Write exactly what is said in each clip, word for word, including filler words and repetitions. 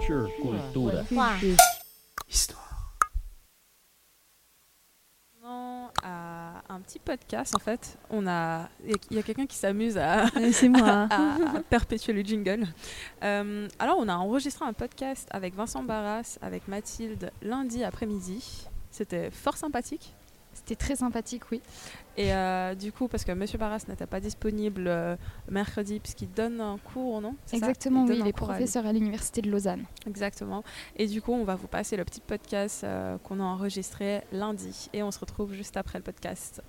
Culture, cultura. Histoire. Non, à un petit podcast en fait, on a il y a quelqu'un qui s'amuse à C'est moi. à, à perpétuer le jingle. Euh, alors on a enregistré un podcast avec Vincent Barras, avec Mathilde lundi après-midi. C'était fort sympathique. C'était très sympathique, oui. Et euh, du coup, parce que Monsieur Barras n'était pas disponible euh, mercredi, puisqu'il donne un cours, non ? C'est ça ? Exactement, Il oui, donne il un est cours à- professeur à l'université de Lausanne. Exactement. Et du coup, on va vous passer le petit podcast euh, qu'on a enregistré lundi. Et on se retrouve juste après le podcast.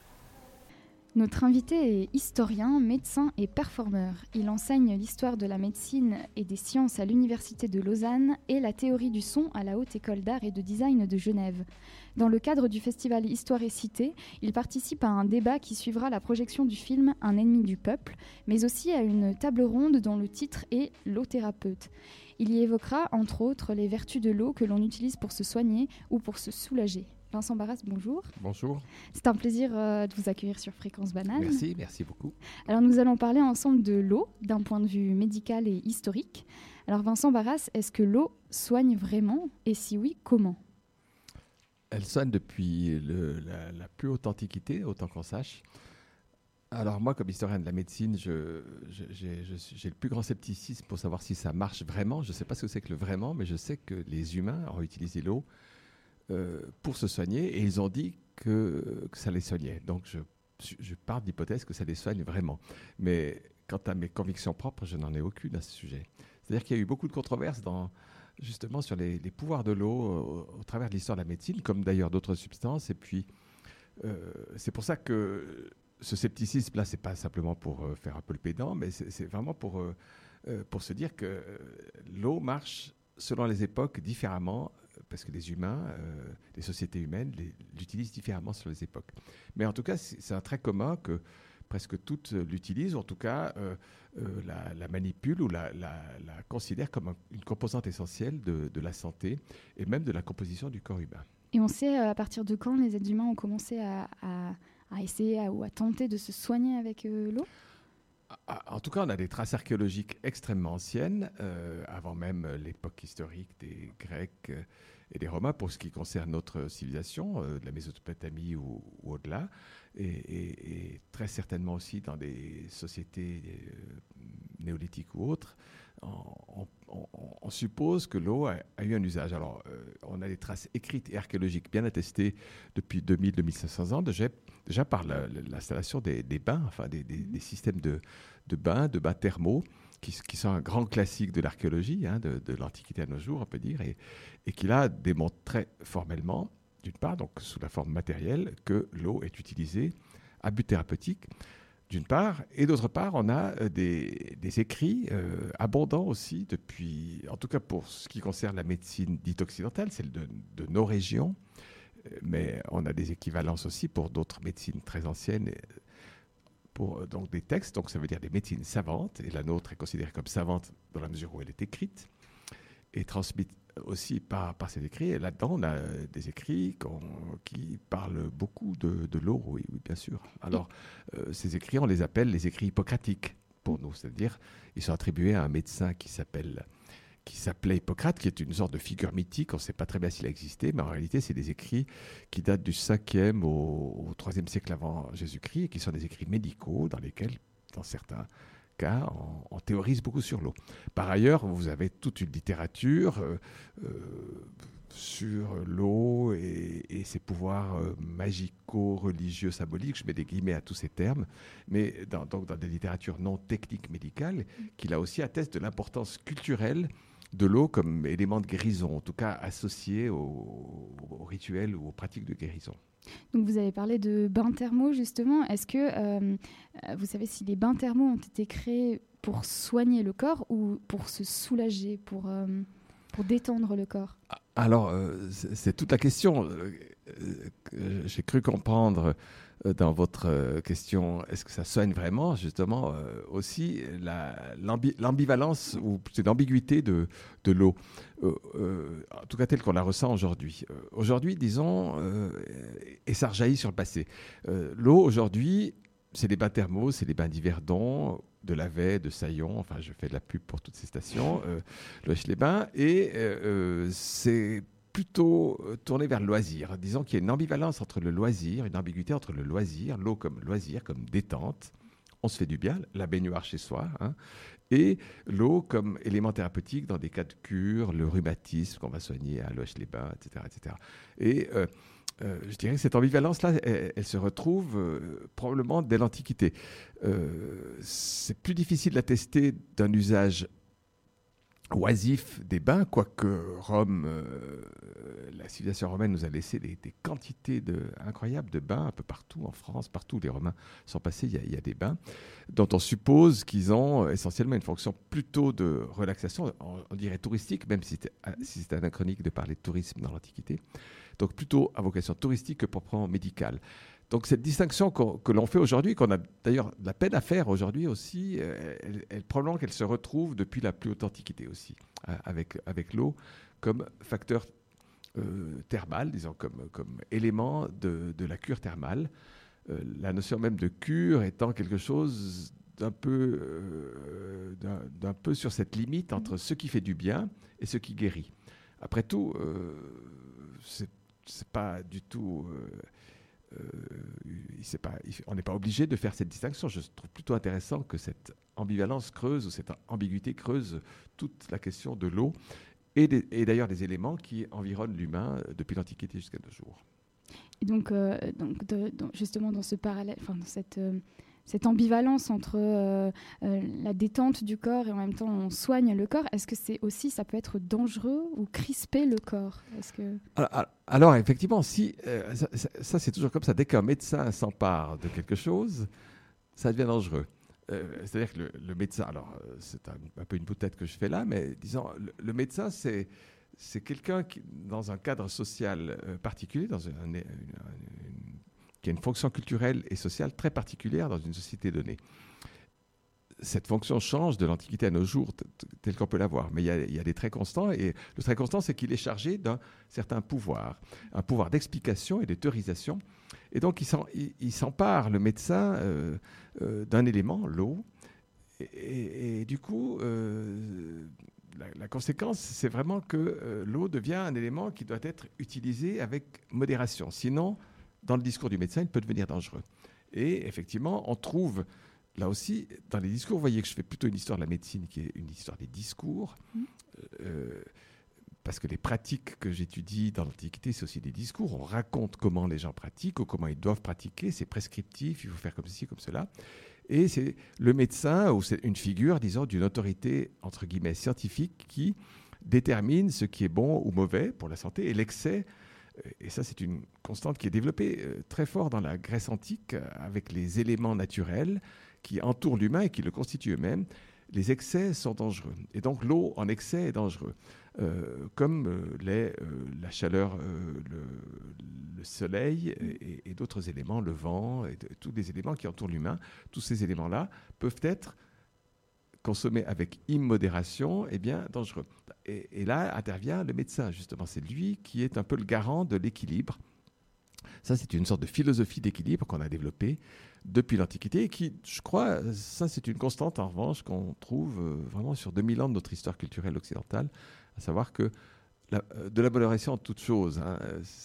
Notre invité est historien, médecin et performeur. Il enseigne l'histoire de la médecine et des sciences à l'université de Lausanne et la théorie du son à la Haute École d'Art et de Design de Genève. Dans le cadre du festival Histoire et Cité, il participe à un débat qui suivra la projection du film Un ennemi du peuple, mais aussi à une table ronde dont le titre est L'eau thérapeute. Il y évoquera, entre autres, les vertus de l'eau que l'on utilise pour se soigner ou pour se soulager. Vincent Barras, bonjour. Bonjour. C'est un plaisir euh, de vous accueillir sur Fréquence Banane. Merci, merci beaucoup. Alors nous allons parler ensemble de l'eau d'un point de vue médical et historique. Alors Vincent Barras, est-ce que l'eau soigne vraiment ? Et si oui, comment ? Elle soigne depuis le- la, la plus haute antiquité, autant qu'on sache. Alors moi, comme historien de la médecine, je- je- j'ai je suis- j'ai le plus grand scepticisme pour savoir si ça marche vraiment. Je ne sais pas ce que c'est que le vraiment, mais je sais que les humains ont utilisé l'eau euh, pour se soigner et ils ont dit que, que ça les soignait. Donc je, je pars de l'hypothèse que ça les soigne vraiment. Mais quant à mes convictions propres, je n'en ai aucune à ce sujet. C'est-à-dire qu'il y a eu beaucoup de controverses dans, justement sur les, les pouvoirs de l'eau au, au travers de l'histoire de la médecine, comme d'ailleurs d'autres substances. Et puis, euh, c'est pour ça que ce scepticisme-là, c'est pas simplement pour euh, faire un peu le pédant, mais c'est c'est vraiment pour, euh, euh, pour se dire que euh, l'eau marche selon les époques différemment, parce que les humains, euh, les sociétés humaines les- l'utilisent différemment selon les époques. Mais en tout cas, c'est c'est un trait commun que presque toutes euh, l'utilisent, ou en tout cas euh, euh, la, la manipulent ou la, la, la considèrent comme un- une composante essentielle de, de la santé et même de la composition du corps humain. Et on sait euh, à partir de quand les êtres humains ont commencé à, à- à essayer à- ou à tenter de se soigner avec euh, l'eau ? Ah, En tout cas, on a des traces archéologiques extrêmement anciennes, euh, avant même euh, l'époque historique des Grecs euh, et des Romains, pour ce qui concerne notre civilisation, euh, de la Mésopotamie ou, ou au-delà, et, et- et très certainement aussi dans des sociétés euh, néolithiques ou autres. On, on- on- on suppose que l'eau a, a eu un usage. Alors, euh, on a des traces écrites et archéologiques bien attestées depuis deux mille à deux mille cinq cents ans, déjà, déjà par la- la- l'installation des, des bains, enfin des, des- des systèmes de, de bains, de bains thermaux, qui, qui sont un grand classique de l'archéologie, hein, de, de l'Antiquité à nos jours, on peut dire, et, et qui là démontrent très formellement, d'une part, donc sous la forme matérielle, que l'eau est utilisée à but thérapeutique, d'une part, et d'autre part, on a euh, des, des écrits euh, abondants aussi, depuis, en tout cas pour ce qui concerne la médecine dite occidentale, celle de, de nos régions, euh, mais on a des équivalences aussi pour d'autres médecines très anciennes, et, pour euh, donc des textes, donc ça veut dire des médecines savantes, et la nôtre est considérée comme savante dans la mesure où elle est écrite et transmise aussi par, par ces écrits. Et là-dedans, on a euh, des écrits qu'on- qui parlent beaucoup de, de l'eau, oui, oui, bien sûr. Alors, euh, ces écrits, on les appelle les écrits hippocratiques pour nous, c'est-à-dire ils sont attribués à un médecin qui s'appelle qui s'appelait Hippocrate, qui est une sorte de figure mythique. On ne sait pas très bien s'il a existé, mais en réalité, c'est des écrits qui datent du cinquième au, au troisième siècle avant Jésus-Christ et qui sont des écrits médicaux dans lesquels, dans certains cas, on, on théorise beaucoup sur l'eau. Par ailleurs, vous avez toute une littérature euh, euh, sur l'eau et, et ses pouvoirs euh, magico, religieux, symboliques. Je mets des guillemets à tous ces termes, mais dans, donc dans des littératures non techniques médicales, qui là aussi attestent de l'importance culturelle de l'eau comme élément de guérison, en tout cas associé au, au rituel ou aux pratiques de guérison. Donc vous avez parlé de bains thermaux justement. Est-ce que euh, euh, vous savez si les bains thermaux ont été créés pour soigner le corps ou pour se soulager, pour, euh, pour détendre le corps ? Alors, euh, c'est c'est toute la question. Euh, euh, J'ai cru comprendre euh, dans votre euh, question, est-ce que ça soigne vraiment, justement, euh, aussi la- l'ambi- l'ambivalence ou c'est l'ambiguïté de, de l'eau, euh, euh, en tout cas telle qu'on la ressent aujourd'hui. Euh, aujourd'hui, disons, euh, et ça rejaillit sur le passé, euh, l'eau aujourd'hui c'est les bains thermaux, c'est les bains d'Yverdon, de Lavey, de Saillon, enfin je fais de la pub pour toutes ces stations, euh, Loèche-les-Bains, et euh, c'est plutôt tourné vers le loisir. Disons qu'il y a une ambivalence entre le loisir, une ambiguïté entre le loisir, l'eau comme loisir, comme détente, on se fait du bien, la baignoire chez soi, hein, et l'eau comme élément thérapeutique dans des cas de cure, le rhumatisme qu'on va soigner à Loèche-les-Bains, et cetera, et cetera. Et euh, euh, je dirais que cette ambivalence-là, elle, elle se retrouve euh, probablement dès l'Antiquité. Euh, c'est plus difficile d'attester d'un usage oisif des bains, quoique Rome, euh, la civilisation romaine nous a laissé des, des quantités de, incroyables de bains un peu partout en France, partout où les Romains sont passés, il y a, il y a des bains dont on suppose qu'ils ont essentiellement une fonction plutôt de relaxation, on, on dirait touristique, même si c'était, si c'était anachronique de parler de tourisme dans l'Antiquité, donc plutôt à vocation touristique que proprement médicale. Donc cette distinction qu'on, que l'on fait aujourd'hui, qu'on a d'ailleurs de la peine à faire aujourd'hui aussi, euh, elle, elle, probablement qu'elle se retrouve depuis la plus haute antiquité aussi, euh, avec, avec l'eau comme facteur euh, thermal, disons, comme, comme élément de, de la cure thermale. Euh, la notion même de cure étant quelque chose d'un peu, euh, d'un, d'un peu sur cette limite entre ce qui fait du bien et ce qui guérit. Après tout, euh, c'est, c'est pas du tout... Euh, Euh, pas, on n'est pas obligé de faire cette distinction. Je trouve plutôt intéressant que cette ambivalence creuse ou cette ambiguïté creuse toute la question de l'eau et, des, et d'ailleurs des éléments qui environnent l'humain depuis l'Antiquité jusqu'à nos jours. Et donc, euh, donc de, de, justement dans ce parallèle, enfin dans cette euh, cette ambivalence entre euh, euh, la détente du corps et en même temps on soigne le corps, est-ce que c'est aussi, ça peut être dangereux ou crisper le corps? Est-ce que... alors, alors effectivement, si, euh, ça, ça, ça c'est toujours comme ça, dès qu'un médecin s'empare de quelque chose, ça devient dangereux. Euh, c'est-à-dire que le, le médecin, alors c'est un, un peu une boutade que je fais là, mais disons, le, le médecin c'est... c'est quelqu'un qui, dans un cadre social euh, particulier, dans une, une, une, qui a une fonction culturelle et sociale très particulière dans une société donnée. Cette fonction change de l'Antiquité à nos jours, t- t- tel qu'on peut la voir. Mais il y a, il y a des traits constants, et le trait constant, c'est qu'il est chargé d'un certain pouvoir, un pouvoir d'explication et de théorisation. Et donc, il, s'en, il, il s'empare, le médecin, euh, euh, d'un élément, l'eau, et, et, et du coup... Euh, La, la conséquence, c'est vraiment que euh, l'eau devient un élément qui doit être utilisé avec modération. Sinon, dans le discours du médecin, il peut devenir dangereux. Et effectivement, on trouve, là aussi, dans les discours, vous voyez que je fais plutôt une histoire de la médecine qui est une histoire des discours, mmh. euh, parce que les pratiques que j'étudie dans l'Antiquité, c'est aussi des discours. On raconte comment les gens pratiquent ou comment ils doivent pratiquer. C'est prescriptif, il faut faire comme ceci, comme cela. Et c'est le médecin, ou c'est une figure, disons, d'une autorité, entre guillemets, scientifique, qui détermine ce qui est bon ou mauvais pour la santé. Et l'excès, et ça c'est une constante qui est développée très fort dans la Grèce antique, avec les éléments naturels qui entourent l'humain et qui le constituent eux-mêmes. Les excès sont dangereux. Et donc l'eau en excès est dangereux. Euh, comme euh, l'est euh, la chaleur, euh, le, le soleil et, et d'autres éléments, le vent, et de, tous les éléments qui entourent l'humain, tous ces éléments-là peuvent être consommés avec immodération et bien dangereux. Et, et là intervient le médecin, justement. C'est lui qui est un peu le garant de l'équilibre. Ça, c'est une sorte de philosophie d'équilibre qu'on a développée depuis l'Antiquité et qui, je crois, ça c'est une constante en revanche qu'on trouve vraiment sur deux mille ans de notre histoire culturelle occidentale, à savoir que la, de la modération en toute chose, hein,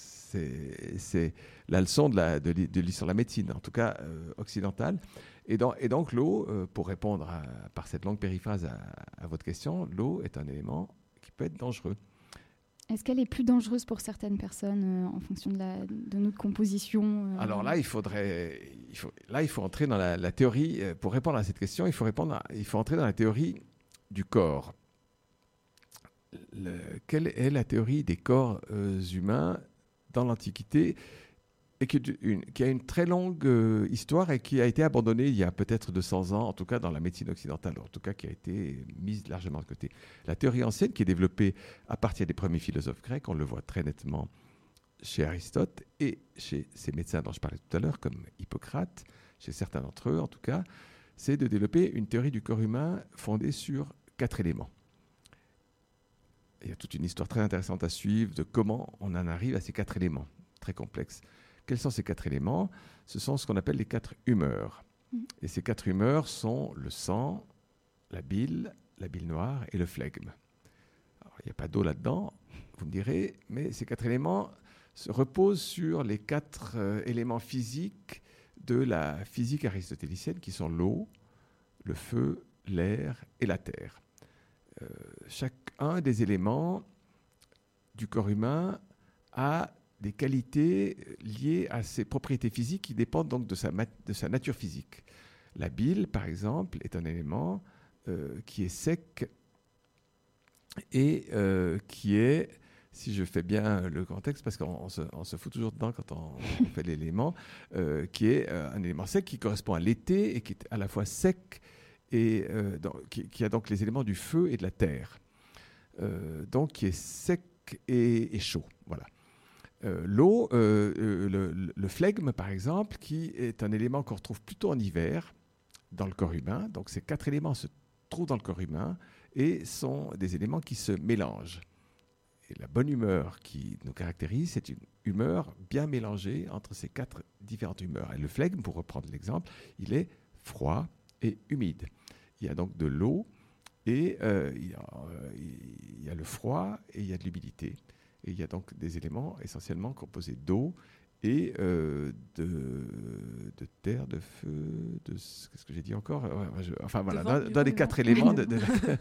c'est, c'est la leçon de, la, de, de l'histoire de la médecine, en tout cas euh, occidentale. Et, dans, et donc l'eau, euh, pour répondre à, par cette longue périphrase à, à votre question, l'eau est un élément qui peut être dangereux. Est-ce qu'elle est plus dangereuse pour certaines personnes euh, en fonction de, la, de notre composition euh... Alors là, il faudrait, il faut, là, il faut entrer dans la, la théorie. Euh, pour répondre à cette question, il faut répondre, à, il faut entrer dans la théorie du corps. Le, quelle est la théorie des corps euh, humains dans l'Antiquité et qui, une, qui a une très longue euh, histoire et qui a été abandonnée il y a peut-être deux cents ans, en tout cas dans la médecine occidentale, en tout cas qui a été mise largement de côté. La théorie ancienne qui est développée à partir des premiers philosophes grecs, on le voit très nettement chez Aristote et chez ces médecins dont je parlais tout à l'heure, comme Hippocrate, chez certains d'entre eux en tout cas, c'est de développer une théorie du corps humain fondée sur quatre éléments. Il y a toute une histoire très intéressante à suivre de comment on en arrive à ces quatre éléments, très complexes. Quels sont ces quatre éléments ? Ce sont ce qu'on appelle les quatre humeurs. Mmh. Et ces quatre humeurs sont le sang, la bile, la bile noire et le flegme. Alors, il n'y a pas d'eau là-dedans, vous me direz, mais ces quatre éléments se reposent sur les quatre euh, éléments physiques de la physique aristotélicienne qui sont l'eau, le feu, l'air et la terre. Euh, chacun des éléments du corps humain a des qualités liées à ses propriétés physiques qui dépendent donc de sa, mat- de sa nature physique. La bile, par exemple, est un élément euh, qui est sec et euh, qui est, si je fais bien le contexte, parce qu'on on se, on se fout toujours dedans quand on, on fait l'élément, euh, qui est euh, un élément sec qui correspond à l'été et qui est à la fois sec et euh, dans, qui, qui a donc les éléments du feu et de la terre. Euh, donc qui est sec et, et chaud, voilà. Euh, l'eau, euh, euh, le, le flegme par exemple, qui est un élément qu'on retrouve plutôt en hiver dans le corps humain. Donc ces quatre éléments se trouvent dans le corps humain et sont des éléments qui se mélangent. Et la bonne humeur qui nous caractérise, c'est une humeur bien mélangée entre ces quatre différentes humeurs. Et le flegme, pour reprendre l'exemple, il est froid et humide. Il y a donc de l'eau et euh, il, y a, euh, il y a le froid et il y a de l'humidité. Et il y a donc des éléments essentiellement composés d'eau et euh, de, de terre, de feu, de... Qu'est-ce que j'ai dit encore ouais, je, Enfin voilà, vent, dans, dans les quatre éléments. De, de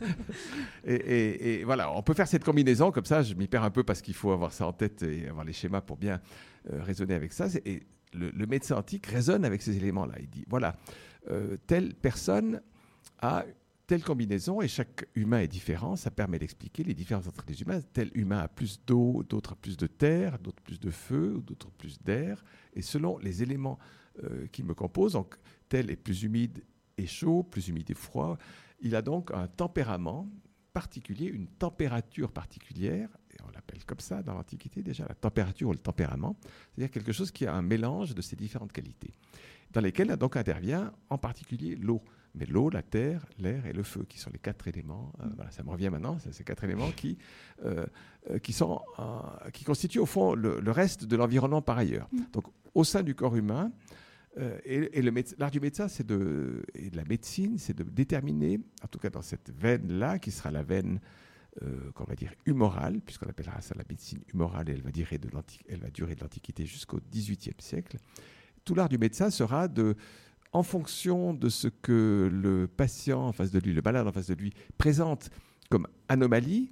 et, et, et voilà, on peut faire cette combinaison, comme ça je m'y perds un peu parce qu'il faut avoir ça en tête et avoir les schémas pour bien euh, raisonner avec ça. Et le, le médecin antique raisonne avec ces éléments-là. Il dit, voilà, euh, telle personne a telle combinaison, et chaque humain est différent, ça permet d'expliquer les différences entre les humains. Tel humain a plus d'eau, d'autres a plus de terre, d'autres plus de feu, d'autres plus d'air, et selon les éléments euh, qui me composent, donc tel est plus humide et chaud, plus humide et froid, il a donc un tempérament particulier, une température particulière, et on l'appelle comme ça dans l'Antiquité déjà, la température ou le tempérament, c'est-à-dire quelque chose qui a un mélange de ces différentes qualités, dans lesquelles donc intervient en particulier l'eau. Mais l'eau, la terre, l'air et le feu, qui sont les quatre éléments, euh, voilà, ça me revient maintenant, c'est ces quatre éléments qui, euh, euh, qui, sont, euh, qui constituent au fond le, le reste de l'environnement par ailleurs. Donc au sein du corps humain, euh, et, et le méde- l'art du médecin c'est de, et de la médecine, c'est de déterminer, en tout cas dans cette veine-là, qui sera la veine euh, qu'on va dire humorale, puisqu'on appellera ça la médecine humorale, et elle va durer de, elle va durer de l'Antiquité jusqu'au dix-huitième siècle. Tout l'art du médecin sera de... en fonction de ce que le patient en face de lui, le malade en face de lui, présente comme anomalie,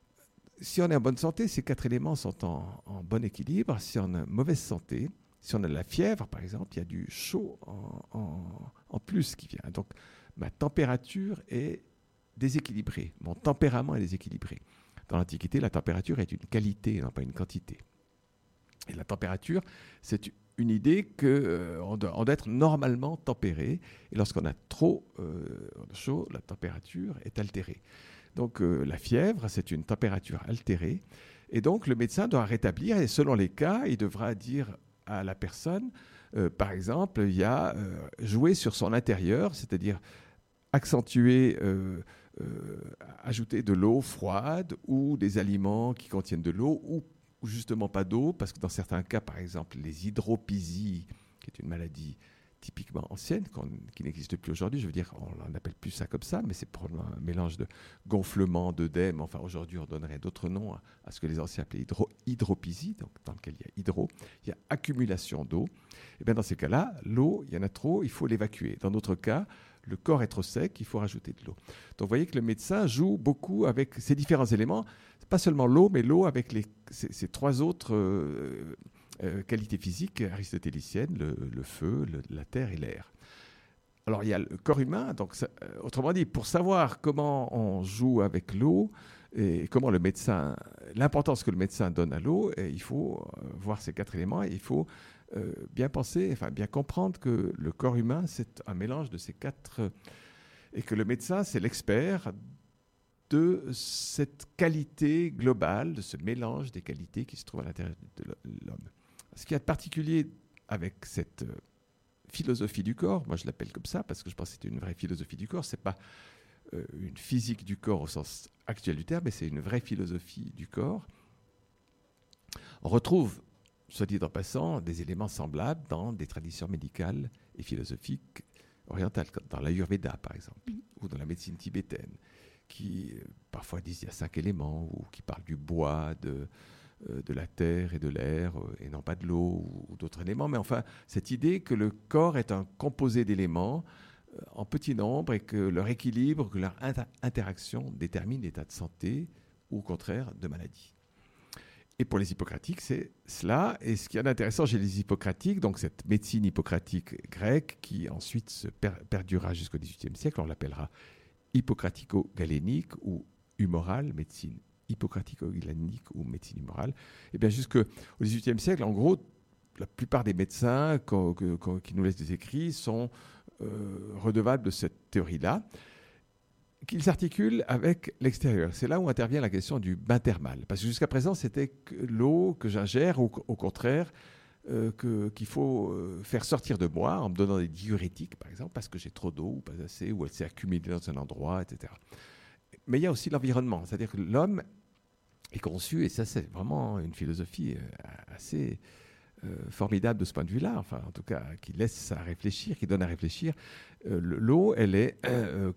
si on est en bonne santé, ces quatre éléments sont en, en bon équilibre. Si on a mauvaise santé, si on a de la fièvre, par exemple, il y a du chaud en, en, en plus qui vient. Donc, ma température est déséquilibrée. Mon tempérament est déséquilibré. Dans l'Antiquité, la température est une qualité, non pas une quantité. Et la température, c'est une idée qu'on euh, doit, doit être normalement tempéré. Et lorsqu'on a trop euh, chaud, la température est altérée. Donc euh, la fièvre, c'est une température altérée. Et donc le médecin doit rétablir, et selon les cas, il devra dire à la personne, euh, par exemple, il y a euh, jouer sur son intérieur, c'est-à-dire accentuer, euh, euh, ajouter de l'eau froide ou des aliments qui contiennent de l'eau ou ou justement pas d'eau, parce que dans certains cas, par exemple, les hydropisies, qui est une maladie typiquement ancienne, qui n'existe plus aujourd'hui, je veux dire, on n'appelle plus ça comme ça, mais c'est probablement un mélange de gonflement, d'œdème, enfin aujourd'hui on donnerait d'autres noms à, à ce que les anciens appelaient hydro, hydropisie, donc dans lequel il y a hydro, il y a accumulation d'eau. Et bien dans ces cas-là, l'eau, il y en a trop, il faut l'évacuer. Dans d'autres cas, le corps est trop sec, il faut rajouter de l'eau. Donc vous voyez que le médecin joue beaucoup avec ces différents éléments, pas seulement l'eau, mais l'eau avec les, ces, ces trois autres euh, euh, qualités physiques aristotéliciennes, le, le feu, le, la terre et l'air. Alors il y a le corps humain, donc ça, euh, autrement dit, pour savoir comment on joue avec l'eau et comment le médecin, l'importance que le médecin donne à l'eau, et il faut euh, voir ces quatre éléments et il faut euh, bien penser, enfin bien comprendre que le corps humain, c'est un mélange de ces quatre, euh, et que le médecin, c'est l'expert de cette qualité globale, de ce mélange des qualités qui se trouvent à l'intérieur de l'homme. Ce qu'il y a de particulier avec cette euh, philosophie du corps, moi je l'appelle comme ça parce que je pense que c'est une vraie philosophie du corps, c'est pas euh, une physique du corps au sens actuel du terme, mais c'est une vraie philosophie du corps. On retrouve, soit dit en passant, des éléments semblables dans des traditions médicales et philosophiques orientales, dans l'Ayurveda par exemple, mmh. ou dans la médecine tibétaine, qui euh, parfois disent qu'il y a cinq éléments, ou qui parlent du bois, de, euh, de la terre et de l'air, euh, et non pas de l'eau ou, ou d'autres éléments. Mais enfin, cette idée que le corps est un composé d'éléments euh, en petit nombre et que leur équilibre, que leur inter- interaction détermine l'état de santé ou au contraire de maladie. Et pour les hippocratiques, c'est cela. Et ce qu'il y a d'intéressant chez les hippocratiques, donc cette médecine hippocratique grecque qui ensuite se per- perdurera jusqu'au dix-huitième siècle, on l'appellera hippocratico-galénique ou humorale, médecine hippocratico-galénique ou médecine humorale. Et bien jusqu'au dix-huitième siècle, en gros, la plupart des médecins qu- qu- qui nous laissent des écrits sont euh, redevables de cette théorie-là, qu'ils s'articulent avec l'extérieur. C'est là où intervient la question du bain thermal. Parce que jusqu'à présent, c'était que l'eau que j'ingère, ou au contraire, euh, que, qu'il faut euh, faire sortir de moi en me donnant des diurétiques, par exemple, parce que j'ai trop d'eau, ou pas assez, ou elle s'est accumulée dans un endroit, et cetera. Mais il y a aussi l'environnement. C'est-à-dire que l'homme est conçu, et ça, c'est vraiment une philosophie euh, assez euh, formidable de ce point de vue-là, enfin, en tout cas, qui laisse à réfléchir, qui donne à réfléchir. Euh, l'eau, elle est... Euh,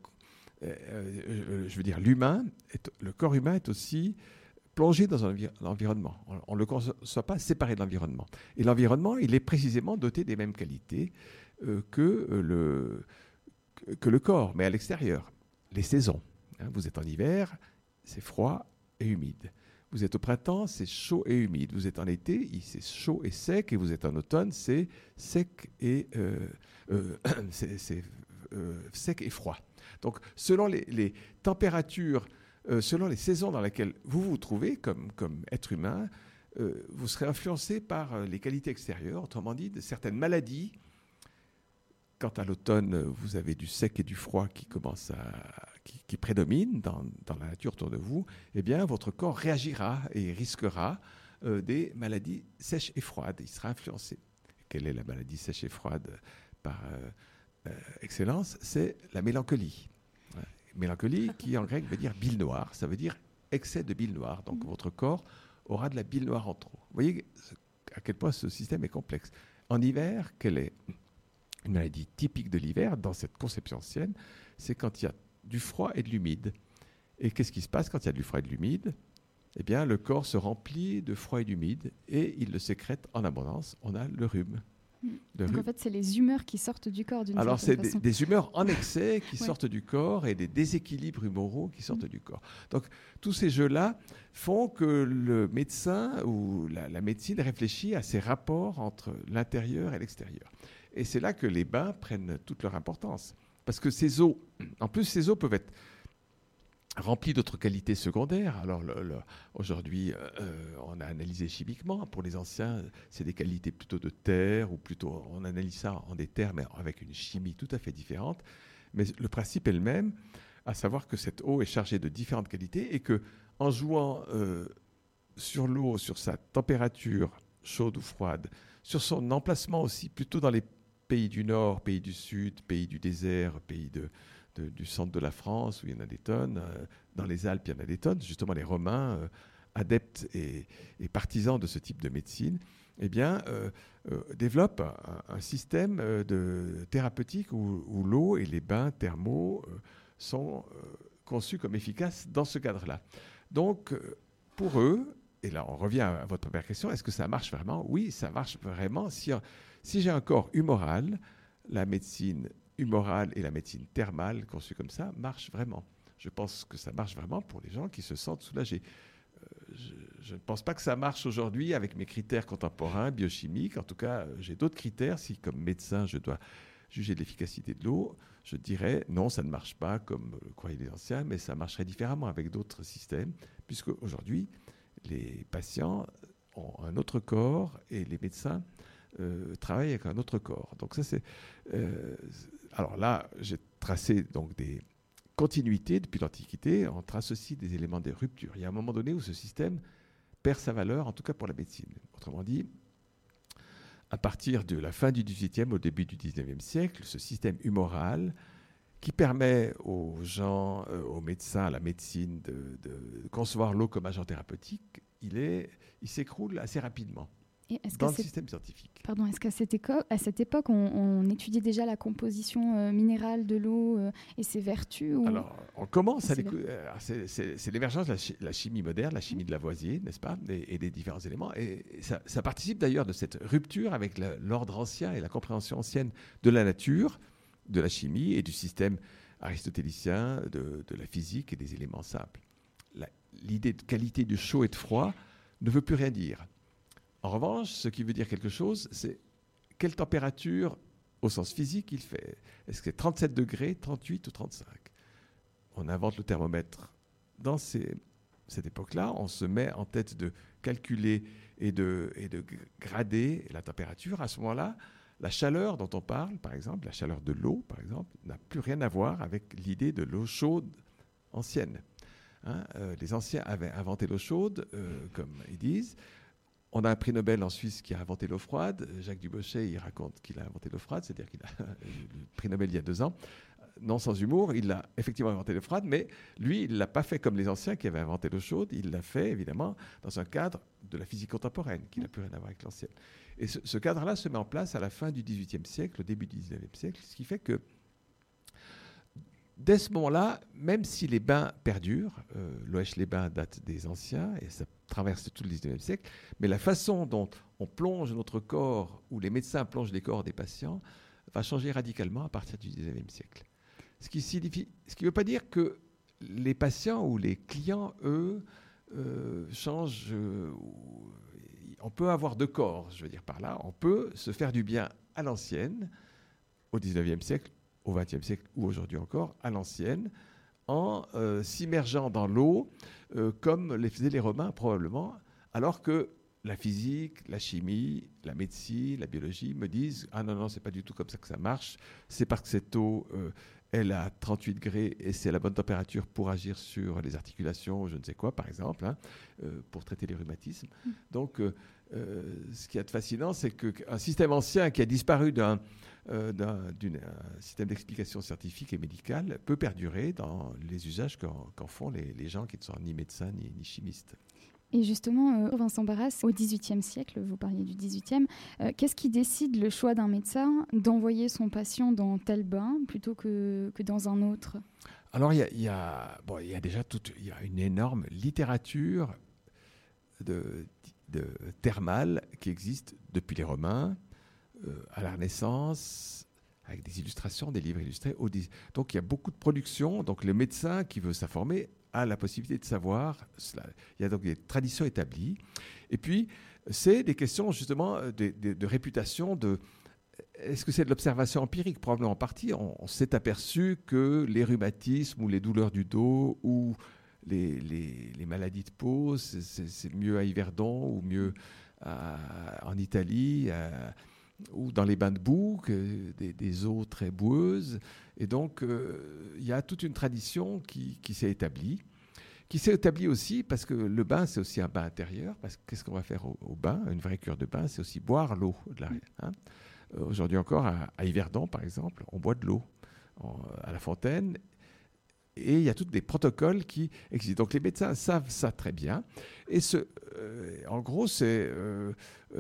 Euh, je veux dire, l'humain, est, le corps humain est aussi plongé dans un envi- environnement. On ne le conçoit pas séparé de l'environnement. Et l'environnement, il est précisément doté des mêmes qualités euh, que, euh, le, que le corps, mais à l'extérieur. Les saisons. Hein, vous êtes en hiver, c'est froid et humide. Vous êtes au printemps, c'est chaud et humide. Vous êtes en été, c'est chaud et sec. Et vous êtes en automne, c'est sec et, euh, euh, c'est, c'est, euh, sec et froid. Donc, selon les, les températures, euh, selon les saisons dans lesquelles vous vous trouvez comme, comme être humain, euh, vous serez influencé par euh, les qualités extérieures, autrement dit, de certaines maladies. Quand à l'automne, vous avez du sec et du froid qui commencent à, qui, qui prédominent dans, dans la nature autour de vous, eh bien, votre corps réagira et risquera euh, des maladies sèches et froides. Il sera influencé. Quelle est la maladie sèche et froide par euh, euh, excellence? C'est la mélancolie. Ouais. Mélancolie qui en grec veut dire bile noire, ça veut dire excès de bile noire. Donc mmh. votre corps aura de la bile noire en trop. Vous voyez à quel point ce système est complexe. En hiver, quelle est une maladie typique de l'hiver dans cette conception ancienne? C'est quand il y a du froid et de l'humide. Et qu'est-ce qui se passe quand il y a du froid et de l'humide? Eh bien, le corps se remplit de froid et d'humide et il le sécrète en abondance. On a le rhume. Donc rhume. En fait, c'est les humeurs qui sortent du corps d'une Alors, certaine c'est façon. des, des humeurs en excès qui ouais. sortent du corps et des déséquilibres humoraux qui sortent mmh. du corps. Donc, tous ces jeux-là font que le médecin ou la, la médecine réfléchit à ces rapports entre l'intérieur et l'extérieur. Et c'est là que les bains prennent toute leur importance. Parce que ces eaux, en plus, ces eaux peuvent être remplies d'autres qualités secondaires. Alors le, le, aujourd'hui, euh, on a analysé chimiquement. Pour les anciens, c'est des qualités plutôt de terre, ou plutôt, on analyse ça en des terres, mais avec une chimie tout à fait différente. Mais le principe est le même, à savoir que cette eau est chargée de différentes qualités et que, en jouant euh, sur l'eau, sur sa température chaude ou froide, sur son emplacement aussi, plutôt dans les pays du Nord, pays du Sud, pays du désert, pays de, de, du centre de la France, où il y en a des tonnes, euh, dans les Alpes, il y en a des tonnes, justement les Romains, euh, adeptes et, et partisans de ce type de médecine, eh bien, euh, euh, développent un, un système euh, de thérapeutique où, où l'eau et les bains thermaux euh, sont euh, conçus comme efficaces dans ce cadre-là. Donc, euh, pour eux, et là on revient à votre première question, est-ce que ça marche vraiment? Oui, ça marche vraiment. Si, si j'ai un corps humoral, la médecine humorale et la médecine thermale, conçue comme ça, marchent vraiment. Je pense que ça marche vraiment pour les gens qui se sentent soulagés. Euh, je, je ne pense pas que ça marche aujourd'hui avec mes critères contemporains, biochimiques. En tout cas, j'ai d'autres critères. Si, comme médecin, je dois juger de l'efficacité de l'eau, je dirais non, ça ne marche pas comme le croyaient les anciens, mais ça marcherait différemment avec d'autres systèmes, puisque aujourd'hui, les patients ont un autre corps et les médecins euh, travaillent avec un autre corps. Donc ça, c'est... Euh, alors là, j'ai tracé donc des continuités depuis l'Antiquité. On trace aussi des éléments de rupture. Il y a un moment donné où ce système perd sa valeur, en tout cas pour la médecine. Autrement dit, à partir de la fin du dix-huitième au début du dix-neuvième siècle, ce système humoral qui permet aux gens, euh, aux médecins, à la médecine de, de concevoir l'eau comme agent thérapeutique, il, est, il s'écroule assez rapidement. Et est-ce dans que le c'est... système scientifique. Pardon, est-ce qu'à cette, éco- à cette époque, on, on étudiait déjà la composition euh, minérale de l'eau euh, et ses vertus ou... Alors, on commence à C'est décou- euh, c'est, c'est, c'est l'émergence de la, chi- la chimie moderne, la chimie de Lavoisier, n'est-ce pas, et, et des différents éléments. Et ça, ça participe d'ailleurs de cette rupture avec le- l'ordre ancien et la compréhension ancienne de la nature, de la chimie et du système aristotélicien, de, de la physique et des éléments simples. La- l'idée de qualité du chaud et de froid ne veut plus rien dire. En revanche, ce qui veut dire quelque chose, c'est quelle température, au sens physique, il fait. Est-ce que c'est trente-sept degrés, trente-huit ou trente-cinq ? On invente le thermomètre. Dans ces, cette époque-là, on se met en tête de calculer et de, et de grader la température. À ce moment-là, la chaleur dont on parle, par exemple, la chaleur de l'eau, par exemple, n'a plus rien à voir avec l'idée de l'eau chaude ancienne. Hein, euh, les anciens avaient inventé l'eau chaude, euh, comme ils disent. On a un prix Nobel en Suisse qui a inventé l'eau froide. Jacques Dubochet, il raconte qu'il a inventé l'eau froide, c'est-à-dire qu'il a le prix Nobel il y a deux ans. Non sans humour, il a effectivement inventé l'eau froide, mais lui, il ne l'a pas fait comme les anciens qui avaient inventé l'eau chaude. Il l'a fait, évidemment, dans un cadre de la physique contemporaine, qui n'a plus rien à voir avec l'ancienne. Et ce, ce cadre-là se met en place à la fin du dix-huitième siècle, au début du dix-neuvième siècle, ce qui fait que dès ce moment-là, même si les bains perdurent, euh, Loèche-les-Bains date des anciens et ça traverse tout le dix-neuvième siècle, mais la façon dont on plonge notre corps, ou les médecins plongent les corps des patients, va changer radicalement à partir du dix-neuvième siècle. Ce qui signifie, ce qui ne veut pas dire que les patients ou les clients, eux, euh, changent. Euh, on peut avoir deux corps, je veux dire par là. On peut se faire du bien à l'ancienne, au dix-neuvième siècle, au vingtième siècle ou aujourd'hui encore, à l'ancienne, en euh, s'immergeant dans l'eau, euh, comme les faisaient les Romains probablement, alors que la physique, la chimie, la médecine, la biologie me disent « Ah non, non, c'est pas du tout comme ça que ça marche, c'est parce que cette eau, euh, elle a trente-huit degrés et c'est la bonne température pour agir sur les articulations, je ne sais quoi, par exemple, hein, euh, pour traiter les rhumatismes. Mmh. » Donc, euh, euh, ce qui est fascinant, c'est qu'un système ancien qui a disparu d'un Euh, d'un, d'un système d'explication scientifique et médicale peut perdurer dans les usages qu'en, qu'en font les, les gens qui ne sont ni médecins ni, ni chimistes. Et justement, euh, Vincent Barras, au dix-huitième siècle, vous parliez du dix-huitième, euh, qu'est-ce qui décide le choix d'un médecin d'envoyer son patient dans tel bain plutôt que, que dans un autre ? Alors, il y a, y a, bon, y a déjà toute, y a une énorme littérature de, de thermale qui existe depuis les Romains, Euh, à la Renaissance, avec des illustrations, des livres illustrés. Au dix... Donc il y a beaucoup de production. Donc le médecin qui veut s'informer a la possibilité de savoir cela. Il y a donc des traditions établies. Et puis, c'est des questions justement de, de, de réputation. De... Est-ce que c'est de l'observation empirique ? Probablement en partie. On, on s'est aperçu que les rhumatismes ou les douleurs du dos ou les, les, les maladies de peau, c'est, c'est, c'est mieux à Yverdon ou mieux à, en Italie, à, ou dans les bains de boue, que des, des eaux très boueuses. Et donc, euh, il y a toute une tradition qui, qui s'est établie, qui s'est établie aussi parce que le bain, c'est aussi un bain intérieur. Parce que qu'est-ce qu'on va faire au, au bain ? Une vraie cure de bain, c'est aussi boire l'eau. De la, hein. euh, aujourd'hui encore, à, à Yverdon, par exemple, on boit de l'eau en, à la fontaine. Et il y a tous des protocoles qui existent. Donc les médecins savent ça très bien. Et ce, euh, en gros, c'est euh,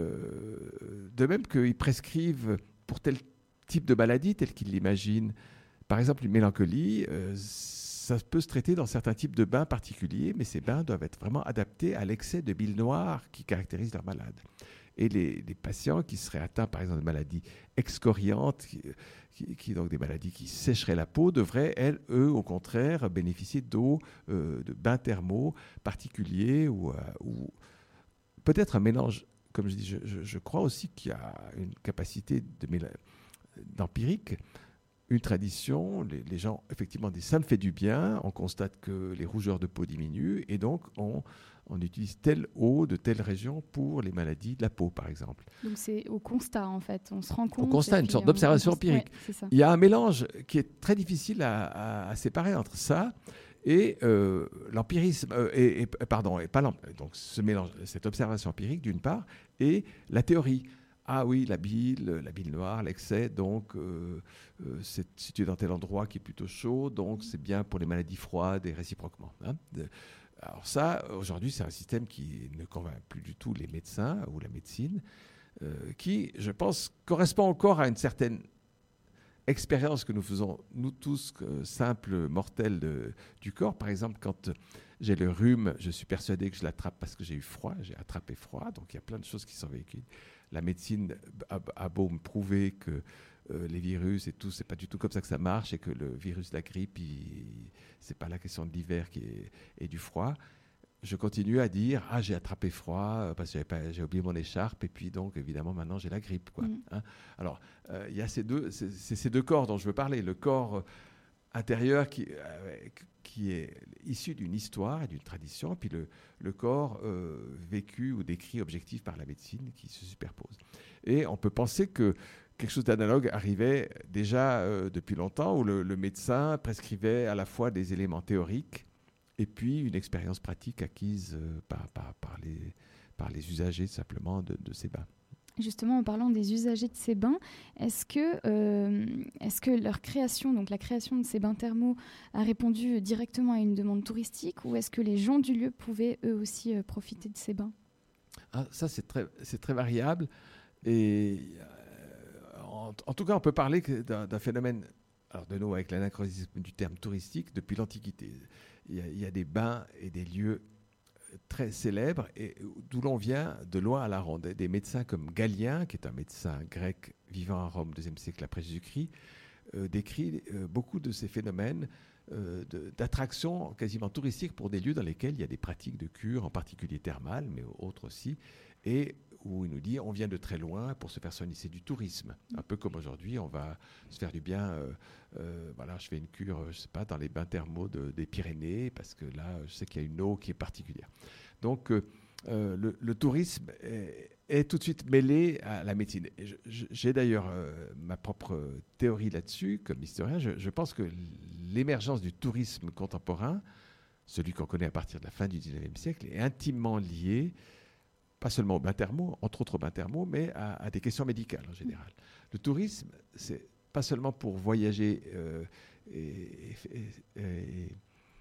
euh, de même qu'ils prescrivent pour tel type de maladie, tel qu'ils l'imaginent. Par exemple, une mélancolie, euh, ça peut se traiter dans certains types de bains particuliers, mais ces bains doivent être vraiment adaptés à l'excès de bile noire qui caractérise leur malade. Et les, les patients qui seraient atteints, par exemple, de maladies excoriantes, qui, qui, qui, donc des maladies qui sécheraient la peau, devraient, elles, eux, au contraire, bénéficier d'eau, euh, de bains thermaux particuliers ou, euh, ou peut-être un mélange. Comme je dis, je, je, je crois aussi qu'il y a une capacité de méla- d'empirique, une tradition. Les, les gens, effectivement, disent ça me fait du bien. On constate que les rougeurs de peau diminuent et donc on on utilise telle eau de telle région pour les maladies de la peau, par exemple. Donc c'est au constat, en fait. On se rend compte. Au constat, une sorte d'observation empirique. Ouais, il y a un mélange qui est très difficile à, à, à séparer entre ça et euh, l'empirisme, euh, et, et, pardon, et pas donc ce mélange, cette observation empirique, d'une part, et la théorie. Ah oui, la bile, la bile noire, l'excès, donc euh, euh, c'est situé dans tel endroit qui est plutôt chaud, donc c'est bien pour les maladies froides et réciproquement. Hein, de, Alors ça, aujourd'hui, c'est un système qui ne convainc plus du tout les médecins ou la médecine, euh, qui, je pense, correspond encore à une certaine expérience que nous faisons, nous tous, euh, simples mortels de, du corps. Par exemple, quand j'ai le rhume, je suis persuadé que je l'attrape parce que j'ai eu froid, j'ai attrapé froid, donc il y a plein de choses qui sont véhiculées. La médecine a, a beau me prouver que euh, les virus et tout, c'est pas du tout comme ça que ça marche, et que le virus de la grippe, il, c'est pas la question de l'hiver qui est, et du froid. Je continue à dire ah j'ai attrapé froid parce que j'avais pas, j'ai oublié mon écharpe, et puis donc évidemment maintenant j'ai la grippe, quoi. Mmh. Hein, alors il euh, y a ces deux, c'est, c'est ces deux corps dont je veux parler, le corps intérieur qui, euh, qui est issu d'une histoire et d'une tradition, puis le, le corps euh, vécu ou décrit objectif par la médecine qui se superpose. Et on peut penser que quelque chose d'analogue arrivait déjà euh, depuis longtemps, où le, le médecin prescrivait à la fois des éléments théoriques et puis une expérience pratique acquise euh, par, par, par, les, par les usagers simplement de, de ces bains. Justement, en parlant des usagers de ces bains, est-ce que, euh, est-ce que leur création, donc la création de ces bains thermaux, a répondu directement à une demande touristique, ou est-ce que les gens du lieu pouvaient eux aussi euh, profiter de ces bains ? Ah, ça, c'est très, c'est très variable. Et euh, en, en tout cas, on peut parler d'un, d'un phénomène, alors de nouveau avec l'anachronisme du terme touristique, depuis l'Antiquité. Il y a, il y a des bains et des lieux très célèbres, et d'où l'on vient de loin à la ronde. Des médecins comme Galien, qui est un médecin grec vivant à Rome au deuxième siècle après Jésus-Christ, euh, décrit euh, beaucoup de ces phénomènes euh, de, d'attraction quasiment touristique pour des lieux dans lesquels il y a des pratiques de cure, en particulier thermales, mais autres aussi, et où il nous dit on vient de très loin pour se faire soigner. C'est du tourisme. Un peu comme aujourd'hui, on va se faire du bien. Euh, euh, voilà, je fais une cure, je sais pas, dans les bains thermaux de, des Pyrénées, parce que là, je sais qu'il y a une eau qui est particulière. Donc, euh, euh, le, le tourisme est, est tout de suite mêlé à la médecine. Et je, je, j'ai d'ailleurs euh, ma propre théorie là-dessus, comme historien. Je, je pense que l'émergence du tourisme contemporain, celui qu'on connaît à partir de la fin du dix-neuvième siècle, est intimement lié pas seulement aux bains thermaux, entre autres aux bains thermaux, mais à, à des questions médicales en général. Le tourisme, c'est pas seulement pour voyager euh, et, et, et,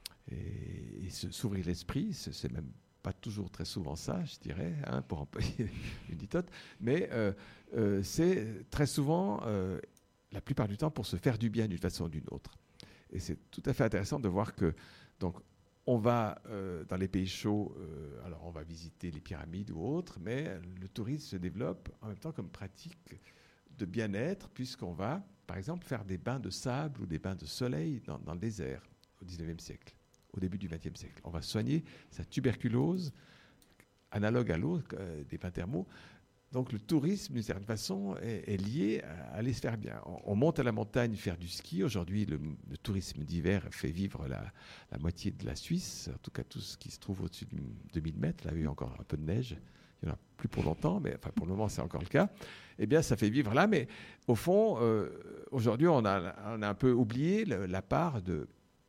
et, et se, s'ouvrir l'esprit, c'est, c'est même pas toujours très souvent ça, je dirais, hein, pour employer une litote, mais euh, euh, c'est très souvent, euh, la plupart du temps, pour se faire du bien d'une façon ou d'une autre. Et c'est tout à fait intéressant de voir que, donc, on va euh, dans les pays chauds, euh, alors on va visiter les pyramides ou autres, mais le tourisme se développe en même temps comme pratique de bien-être, puisqu'on va, par exemple, faire des bains de sable ou des bains de soleil dans, dans le désert au dix-neuvième siècle, au début du vingtième siècle. On va soigner sa tuberculose, analogue à l'eau, euh, des bains thermaux. Donc le tourisme, d'une certaine façon, est, est lié à aller se faire bien. On, on monte à la montagne faire du ski. Aujourd'hui, le, le tourisme d'hiver fait vivre la, la moitié de la Suisse, en tout cas tout ce qui se trouve au-dessus de deux mille mètres. Là, il y a encore un peu de neige. Il n'y en a plus pour longtemps, mais enfin, pour le moment, c'est encore le cas. Eh bien, ça fait vivre là. Mais au fond, euh, aujourd'hui, on a, on a un peu oublié le, la part de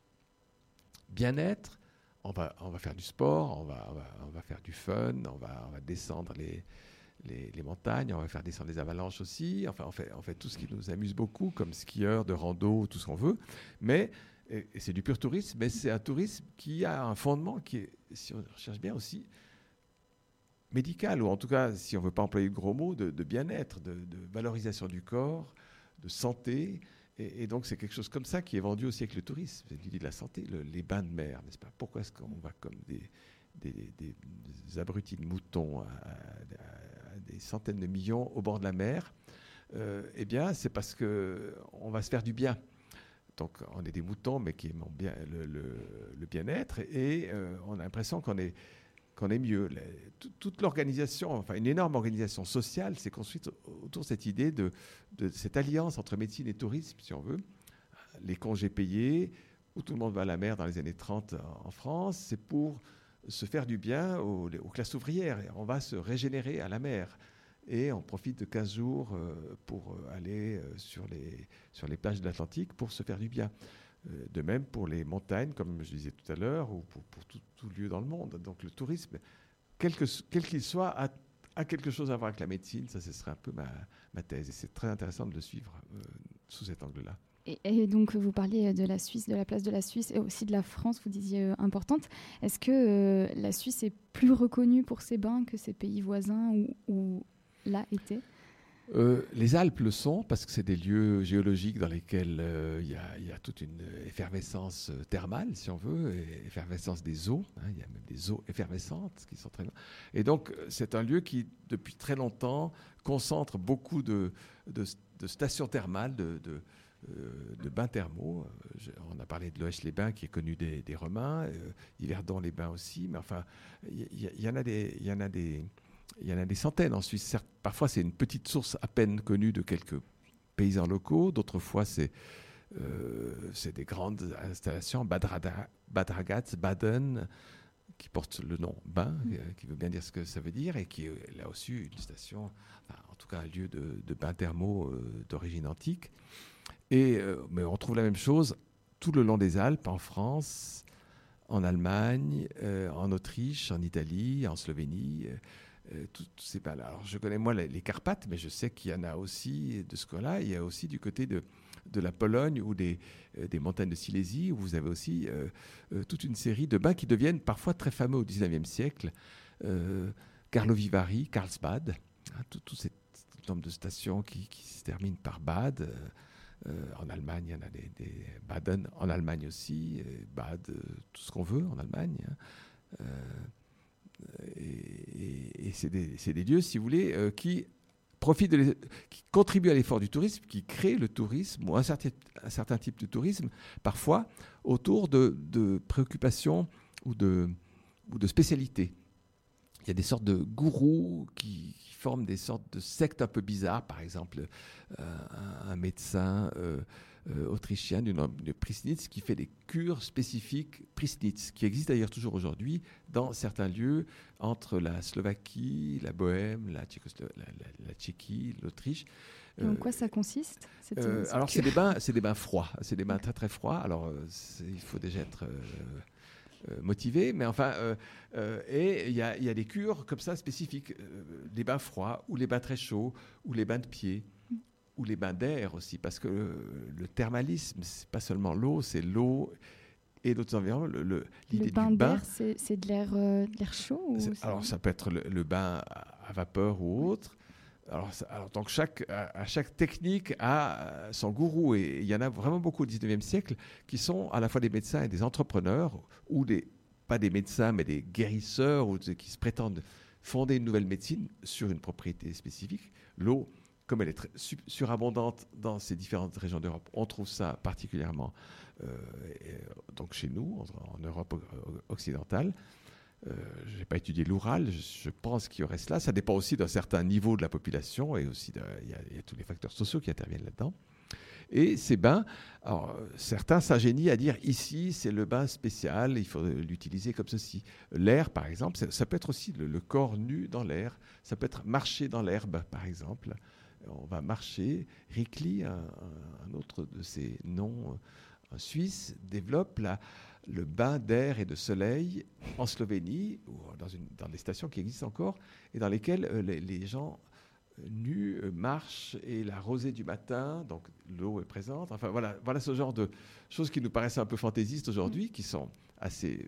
bien-être. On va, on va faire du sport, on va, on va, on va faire du fun, on va, on va descendre les... Les, les montagnes, on va faire descendre des avalanches aussi, enfin on fait, on fait tout ce qui nous amuse beaucoup, comme skieur, de rando, tout ce qu'on veut, mais et, et c'est du pur tourisme, mais c'est un tourisme qui a un fondement qui est, si on recherche bien aussi, médical, ou en tout cas, si on ne veut pas employer le gros mot, de, de bien-être, de, de valorisation du corps, de santé, et, et donc c'est quelque chose comme ça qui est vendu aussi avec le tourisme, c'est l'idée de la santé, le, les bains de mer, n'est-ce pas ? Pourquoi est-ce qu'on va comme des... Des, des, des abrutis de moutons à, à, à des centaines de millions au bord de la mer, euh, eh bien, c'est parce qu'on va se faire du bien. Donc, on est des moutons, mais qui aiment bien le, le, le bien-être, et euh, on a l'impression qu'on est, qu'on est mieux. La, tout, toute l'organisation, enfin, une énorme organisation sociale s'est construite autour de cette idée de, de cette alliance entre médecine et tourisme, si on veut. Les congés payés, où tout le monde va à la mer dans les années trente en France, c'est pour se faire du bien aux, aux classes ouvrières. On va se régénérer à la mer. Et on profite de quinze jours euh, pour aller euh, sur, les, sur les plages de l'Atlantique pour se faire du bien. Euh, de même pour les montagnes, comme je disais tout à l'heure, ou pour, pour tout, tout lieu dans le monde. Donc le tourisme, quel, que, quel qu'il soit, a, a quelque chose à voir avec la médecine. Ça, ce serait un peu ma, ma thèse. Et c'est très intéressant de le suivre euh, sous cet angle-là. Et, et donc, vous parliez de la Suisse, de la place de la Suisse et aussi de la France, vous disiez euh, importante. Est-ce que euh, la Suisse est plus reconnue pour ses bains que ses pays voisins ou, ou l'a été ? Euh, les Alpes le sont parce que c'est des lieux géologiques dans lesquels il euh, y, y a toute une effervescence thermale, si on veut, et effervescence des eaux. Hein, il y a même des eaux effervescentes qui sont très... Et donc, c'est un lieu qui, depuis très longtemps, concentre beaucoup de, de, de stations thermales, de, de, euh, de bains thermaux. Je, on a parlé de Loèche-les-Bains, qui est connu des, des Romains, euh, Yverdon-les-Bains aussi, mais enfin, il y, y, y en a des... Y en a des Il y en a des centaines en Suisse. Certes, parfois, c'est une petite source à peine connue de quelques paysans locaux. D'autres fois, c'est, euh, c'est des grandes installations. Bad, Rada, Bad Ragaz, Baden, qui porte le nom bain, mmh. euh, qui veut bien dire ce que ça veut dire, et qui est là aussi une station, enfin, en tout cas un lieu de, de bains thermaux euh, d'origine antique. Et, euh, mais on trouve la même chose tout le long des Alpes, en France, en Allemagne, euh, en Autriche, en Italie, en Slovénie. Euh, Euh, tous ces bains-là. Alors, je connais moi les, les Carpates, mais je sais qu'il y en a aussi de ce côté-là. Il y a aussi du côté de, de la Pologne ou des, euh, des montagnes de Silésie, où vous avez aussi euh, euh, toute une série de bains qui deviennent parfois très fameux au dix-neuvième siècle. Euh, Karlovy Vary, Carlsbad, hein, tout, tout cet nombre de stations qui, qui se terminent par Bad. Euh, en Allemagne, il y en a des, des Baden, en Allemagne aussi, Bad, euh, tout ce qu'on veut en Allemagne. Hein. Euh, Et, et, et c'est, des, c'est des lieux, si vous voulez, euh, qui profitent, de les, qui contribuent à l'effort du tourisme, qui créent le tourisme ou un certain, un certain type de tourisme, parfois autour de, de préoccupations ou de, ou de spécialités. Il y a des sortes de gourous qui, qui forment des sortes de sectes un peu bizarres. Par exemple, euh, un, un médecin euh, euh, autrichien du nom de Prisnitz qui fait des cures spécifiques Prisnitz, qui existent d'ailleurs toujours aujourd'hui dans certains lieux entre la Slovaquie, la Bohème, la, Tchécoslo- la, la, la Tchéquie, l'Autriche. Et en quoi ça consiste cette, euh, cette Alors, cure. c'est des bains, c'est des bains froids. C'est des bains très très froids. Alors, il faut déjà être... Euh, Euh, motivé, mais enfin, euh, euh, et il y, y a des cures comme ça spécifiques, euh, les bains froids, ou les bains très chauds, ou les bains de pieds, mm. ou les bains d'air aussi, parce que le, le thermalisme, c'est pas seulement l'eau, c'est l'eau et d'autres environnements. Le, le, l'idée le bain du bain, d'air, c'est, c'est de l'air, euh, de l'air chaud ou c'est... Alors, ça peut être le, le bain à vapeur ou autre. Alors, ça, alors, donc chaque, à, à chaque technique a son gourou, et il y en a vraiment beaucoup au dix-neuvième siècle qui sont à la fois des médecins et des entrepreneurs, ou des, pas des médecins mais des guérisseurs, ou des, qui se prétendent fonder une nouvelle médecine sur une propriété spécifique. L'eau, comme elle est très, su, surabondante dans ces différentes régions d'Europe, on trouve ça particulièrement euh, et, donc chez nous, en, en Europe occidentale. Euh, je n'ai pas étudié l'Oural, je, je pense qu'il y aurait cela. Ça dépend aussi d'un certain niveau de la population, et aussi il y, y a tous les facteurs sociaux qui interviennent là-dedans. Et ces bains, alors, certains s'ingénient à dire ici c'est le bain spécial, il faut l'utiliser comme ceci. L'air, par exemple, ça, ça peut être aussi le, le corps nu dans l'air, ça peut être marcher dans l'herbe, par exemple. On va marcher. Ricli, un, un autre de ces noms en Suisse, développe la le bain d'air et de soleil en Slovénie, ou dans, une, dans des stations qui existent encore, et dans lesquelles euh, les, les gens euh, nus euh, marchent, et la rosée du matin, donc l'eau est présente. Enfin voilà, voilà ce genre de choses qui nous paraissent un peu fantaisistes aujourd'hui, qui sont assez,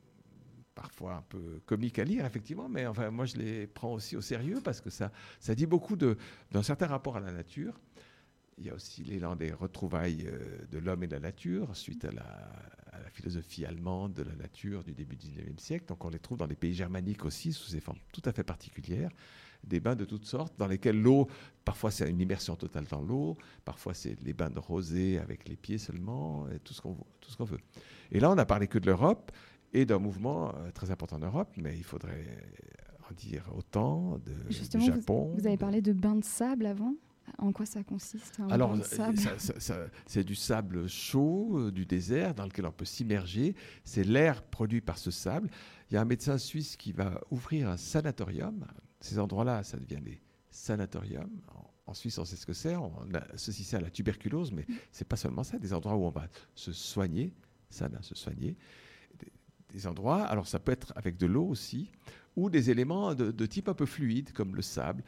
parfois un peu comiques à lire, effectivement, mais enfin moi je les prends aussi au sérieux, parce que ça, ça dit beaucoup de, d'un certain rapport à la nature. Il y a aussi l'élan des retrouvailles de l'homme et de la nature, suite à la, à la philosophie allemande de la nature du début du dix-neuvième siècle. Donc on les trouve dans les pays germaniques aussi, sous des formes tout à fait particulières. Des bains de toutes sortes, dans lesquels l'eau, parfois c'est une immersion totale dans l'eau, parfois c'est les bains de rosée avec les pieds seulement, et tout ce qu'on, tout ce qu'on veut. Et là, on n'a parlé que de l'Europe, et d'un mouvement euh, très important en Europe, mais il faudrait en dire autant, de, Justement, du Japon. Vous, vous avez parlé de bains de sable avant. En quoi ça consiste un Alors, bain de sable ça, ça, ça, c'est du sable chaud euh, du désert dans lequel on peut s'immerger. C'est l'air produit par ce sable. Il y a un médecin suisse qui va ouvrir un sanatorium. Ces endroits-là, ça devient des sanatoriums. En, en Suisse, on sait ce que c'est. On associe ça à la tuberculose, mais c'est pas seulement ça. Des endroits où on va se soigner, sana, se soigner. Des, des endroits, alors ça peut être avec de l'eau aussi, ou des éléments de, de type un peu fluide, comme le sable.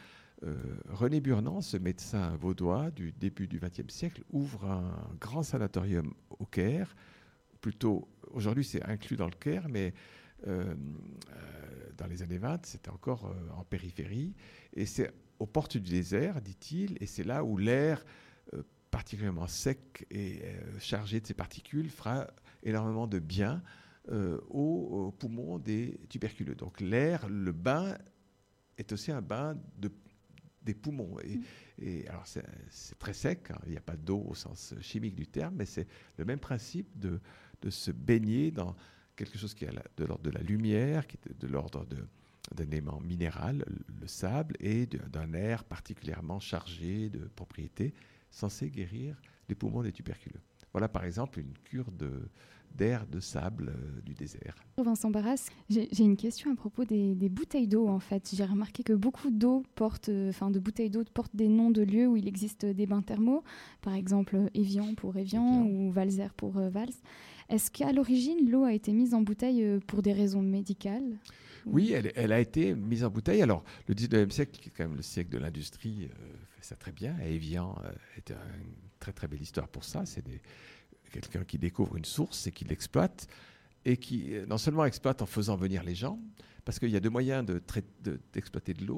euh, René Burnand, ce médecin vaudois du début du vingtième siècle, ouvre un grand sanatorium au Caire. Plutôt, aujourd'hui, c'est inclus dans le Caire, mais euh, euh, dans les années vingt, c'était encore euh, en périphérie. Et c'est aux portes du désert, dit-il, et c'est là où l'air euh, particulièrement sec et euh, chargé de ces particules fera énormément de bien euh, aux, aux poumons des tuberculeux. Donc l'air, le bain, est aussi un bain de, des poumons. Et, mmh. et alors c'est, c'est très sec, hein, il n'y a pas d'eau au sens chimique du terme, mais c'est le même principe de, de se baigner dans quelque chose qui est de l'ordre de la lumière, qui est de, de l'ordre de, d'un élément minéral, le sable, et de, d'un air particulièrement chargé de propriétés censées guérir les poumons des tuberculeux. Voilà par exemple une cure de, d'air de sable euh, du désert. Vincent Barras, j'ai, j'ai une question à propos des, des bouteilles d'eau en fait. J'ai remarqué que beaucoup d'eau portent, enfin de bouteilles d'eau portent des noms de lieux où il existe des bains thermaux, par exemple Évian pour Évian ou Valzer pour euh, Vals. Est-ce qu'à l'origine l'eau a été mise en bouteille euh, pour des raisons médicales ? Oui, elle, elle a été mise en bouteille. Alors, le dix-neuvième siècle, qui est quand même le siècle de l'industrie, euh, fait ça très bien. Et Évian euh, est une très très belle histoire pour ça. C'est des, quelqu'un qui découvre une source et qui l'exploite, et qui non seulement exploite en faisant venir les gens, parce qu'il y a deux moyens de trai- de, d'exploiter de l'eau.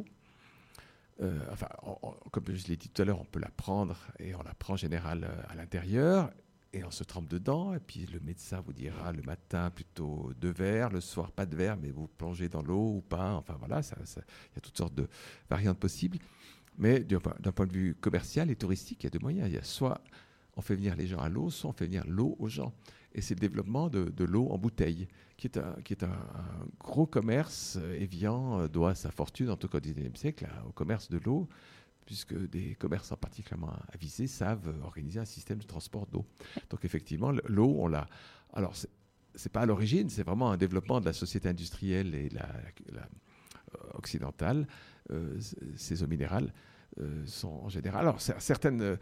Euh, enfin, on, on, comme je l'ai dit tout à l'heure, on peut la prendre, et on la prend en général à l'intérieur, et on se trempe dedans, et puis le médecin vous dira le matin plutôt deux verres, le soir pas de verre, mais vous plongez dans l'eau ou pas. Enfin voilà, ça, ça, il y a toutes sortes de variantes possibles. Mais d'un, d'un point de vue commercial et touristique, il y a deux moyens. Il y a soit on fait venir les gens à l'eau, soit on fait venir l'eau aux gens. Et c'est le développement de, de l'eau en bouteille, qui est un, qui est un, un gros commerce. Évian doit sa fortune, en tout cas au dix-neuvième siècle, au commerce de l'eau, puisque des commerçants particulièrement avisés savent organiser un système de transport d'eau. Donc effectivement, l'eau, on l'a... Alors, c'est, c'est pas à l'origine, c'est vraiment un développement de la société industrielle et la, la, la occidentale. Euh, ces eaux minérales euh, sont en général... Alors, certaines,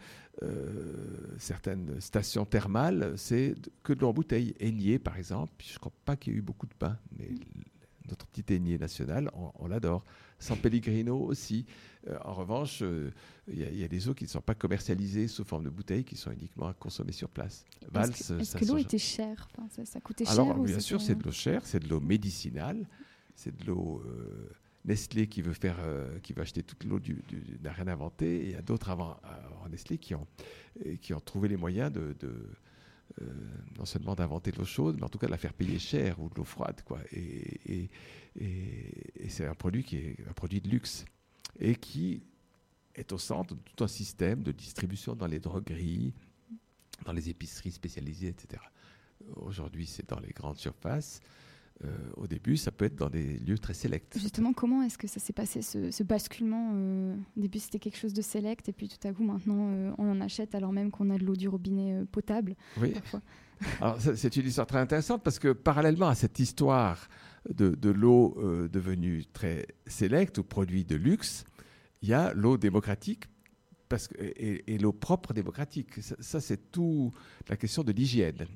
euh, certaines stations thermales, c'est que de l'eau en bouteille. Aigné, par exemple, je ne crois pas qu'il y ait eu beaucoup de pain, mais... Notre petit Aigné national, on, on l'adore. San Pellegrino aussi. Euh, en revanche, il euh, y, y a des eaux qui ne sont pas commercialisées sous forme de bouteilles, qui sont uniquement à consommer sur place. Vals, est-ce que, est-ce que l'eau était chère, enfin, ça, ça coûtait Alors, cher? Bien sûr, c'est de l'eau chère, c'est de l'eau médicinale, c'est de l'eau... Euh, Nestlé qui veut, faire, euh, qui veut acheter toute l'eau du, du, n'a rien inventé. Et il y a d'autres avant, avant Nestlé qui ont, qui ont trouvé les moyens de... de Euh, non seulement d'inventer de l'eau chaude, mais en tout cas de la faire payer cher, ou de l'eau froide, quoi. Et, et, et, et c'est un produit qui est un produit de luxe et qui est au centre de tout un système de distribution dans les drogueries, dans les épiceries spécialisées, et cetera. Aujourd'hui, c'est dans les grandes surfaces. Euh, au début, ça peut être dans des lieux très sélects. Justement, comment est-ce que ça s'est passé, ce, ce basculement euh, Au début, c'était quelque chose de sélect, et puis tout à coup, maintenant, euh, on en achète alors même qu'on a de l'eau du robinet euh, potable. Oui. Parfois. Alors, ça, c'est une histoire très intéressante, parce que parallèlement à cette histoire de, de l'eau euh, devenue très sélecte ou produit de luxe, il y a l'eau démocratique parce que, et, et l'eau propre démocratique. Ça, ça, c'est tout la question de l'hygiène.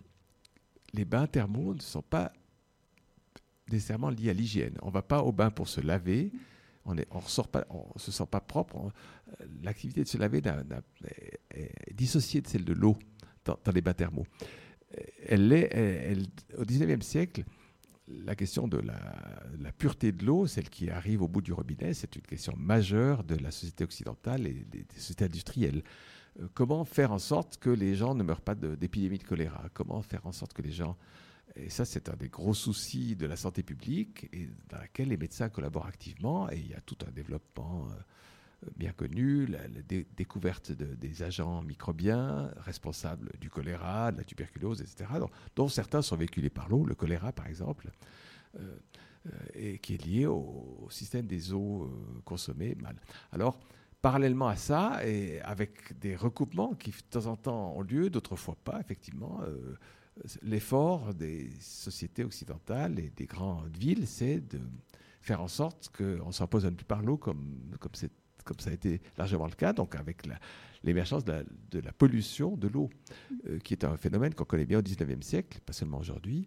Les bains thermaux ne sont pas nécessairement lié à l'hygiène. On ne va pas au bain pour se laver, on ne se sent pas propre. On, l'activité de se laver n'a, n'a, est, est dissociée de celle de l'eau dans, dans les bains thermaux. Elle est, elle, elle, au dix-neuvième siècle, la question de la, la pureté de l'eau, celle qui arrive au bout du robinet, c'est une question majeure de la société occidentale et des, des sociétés industrielles. Euh, comment faire en sorte que les gens ne meurent pas de, d'épidémie de choléra? Comment faire en sorte que les gens... Et ça, c'est un des gros soucis de la santé publique et dans laquelle les médecins collaborent activement. Et il y a tout un développement euh, bien connu, la, la dé- découverte de, des agents microbiens responsables du choléra, de la tuberculose, et cetera, dont, dont certains sont véhiculés par l'eau, le choléra par exemple, euh, euh, et qui est lié au, au système des eaux euh, consommées mal. Alors, parallèlement à ça, et avec des recoupements qui de temps en temps ont lieu, d'autres fois pas, effectivement, euh, l'effort des sociétés occidentales et des grandes villes, c'est de faire en sorte qu'on ne s'empoisonne plus par l'eau comme, comme, c'est, comme ça a été largement le cas, donc avec la, l'émergence de la, de la pollution de l'eau, euh, qui est un phénomène qu'on connaît bien au dix-neuvième siècle, pas seulement aujourd'hui,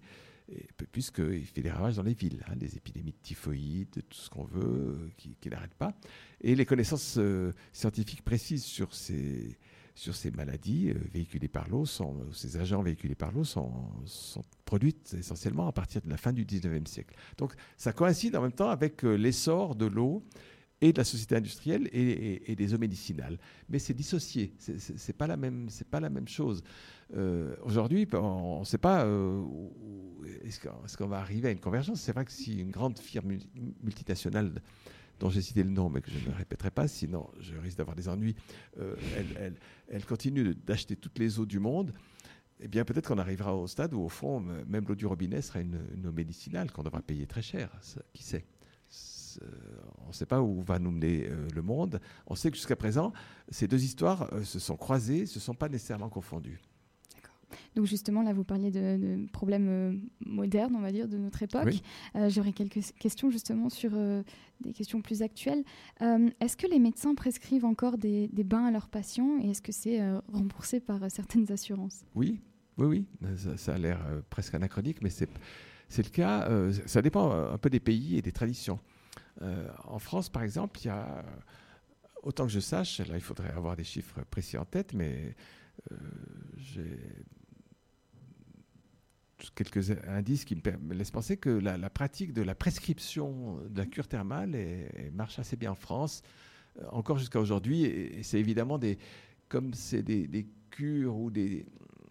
et, puisqu'il fait des ravages dans les villes, hein, des épidémies de typhoïde, tout ce qu'on veut, euh, qui, qui n'arrêtent pas. Et les connaissances euh, scientifiques précises sur ces, sur ces maladies euh, véhiculées par l'eau, sont, ces agents véhiculés par l'eau sont, sont produites essentiellement à partir de la fin du dix-neuvième siècle. Donc ça coïncide en même temps avec euh, l'essor de l'eau et de la société industrielle et, et, et des eaux médicinales. Mais c'est dissocié, c'est, c'est, c'est pas la même, c'est pas la même chose. Euh, aujourd'hui, on ne sait pas euh, où, est-ce, qu'on, est-ce qu'on va arriver à une convergence. C'est vrai que si une grande firme multinationale dont j'ai cité le nom, mais que je ne répéterai pas, sinon je risque d'avoir des ennuis, euh, elle, elle, elle continue d'acheter toutes les eaux du monde, eh bien peut-être qu'on arrivera au stade où, au fond, même l'eau du robinet sera une, une eau médicinale qu'on devra payer très cher. Ça, qui sait ? On ne sait pas où va nous mener euh, le monde. On sait que jusqu'à présent, ces deux histoires euh, se sont croisées, ne se sont pas nécessairement confondues. D'accord. Donc justement, là, vous parliez de, de problèmes euh, modernes, on va dire, de notre époque. Oui. Euh, j'aurais quelques questions justement sur euh, des questions plus actuelles. Euh, est-ce que les médecins prescrivent encore des, des bains à leurs patients et est-ce que c'est euh, remboursé par euh, certaines assurances ? Oui, oui, oui. Ça, ça a l'air euh, presque anachronique, mais c'est, c'est le cas. Euh, ça dépend un peu des pays et des traditions. Euh, en France, par exemple, il y a, autant que je sache, là il faudrait avoir des chiffres précis en tête, mais euh, j'ai quelques indices qui me, per- me laissent penser que la, la pratique de la prescription de la cure thermale est, est- marche assez bien en France, euh, encore jusqu'à aujourd'hui, et, et c'est évidemment des, comme c'est des, des cures ou des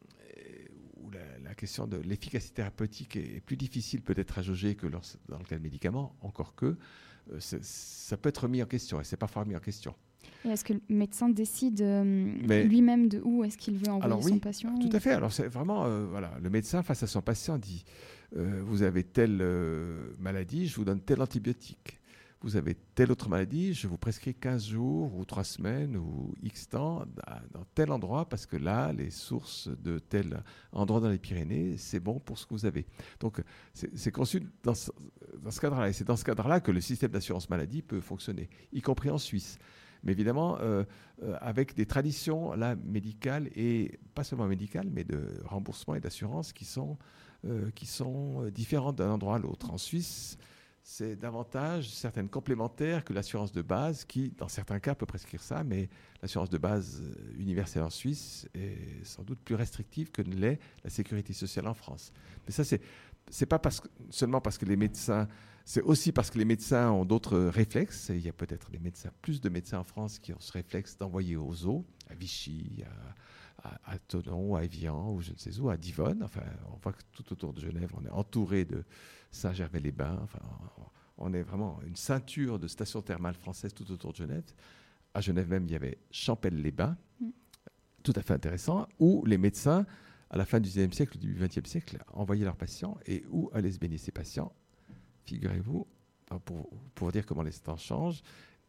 où la, la question de l'efficacité thérapeutique est, est plus difficile peut-être à jauger que lors, dans le cas de médicaments, encore que euh, ça peut être mis en question et c'est parfois mis en question. Et est-ce que le médecin décide euh, Mais, lui-même de où est-ce qu'il veut envoyer alors oui, son patient ? Tout à fait. Alors c'est vraiment, euh, voilà, le médecin face à son patient dit euh, vous avez telle euh, maladie, je vous donne tel antibiotique. Vous avez telle autre maladie, je vous prescris quinze jours ou trois semaines ou X temps dans tel endroit parce que là, les sources de tel endroit dans les Pyrénées, c'est bon pour ce que vous avez. Donc, c'est, c'est conçu dans ce, dans ce cadre-là. Et c'est dans ce cadre-là que le système d'assurance maladie peut fonctionner, y compris en Suisse. Mais évidemment, euh, euh, avec des traditions là, médicales, et pas seulement médicales, mais de remboursement et d'assurance qui sont, euh, qui sont différentes d'un endroit à l'autre. En Suisse, c'est davantage certaines complémentaires que l'assurance de base qui, dans certains cas, peut prescrire ça, mais l'assurance de base universelle en Suisse est sans doute plus restrictive que ne l'est la sécurité sociale en France. Mais ça, c'est, c'est pas parce que, seulement parce que les médecins, c'est aussi parce que les médecins ont d'autres réflexes. Il y a peut-être des médecins, plus de médecins en France qui ont ce réflexe d'envoyer aux eaux, à Vichy, à, à, à Thonon, à Évian, ou je ne sais où, à Divonne. Enfin, on voit que tout autour de Genève, on est entouré de Saint-Gervais-les-Bains. Enfin, on est vraiment une ceinture de stations thermales françaises tout autour de Genève. À Genève même, il y avait Champel-les-Bains, mm. tout à fait intéressant, où les médecins, à la fin du dix-neuvième siècle, du vingtième siècle, envoyaient leurs patients et où allaient se baigner ces patients. Figurez-vous, pour, pour dire comment les temps changent.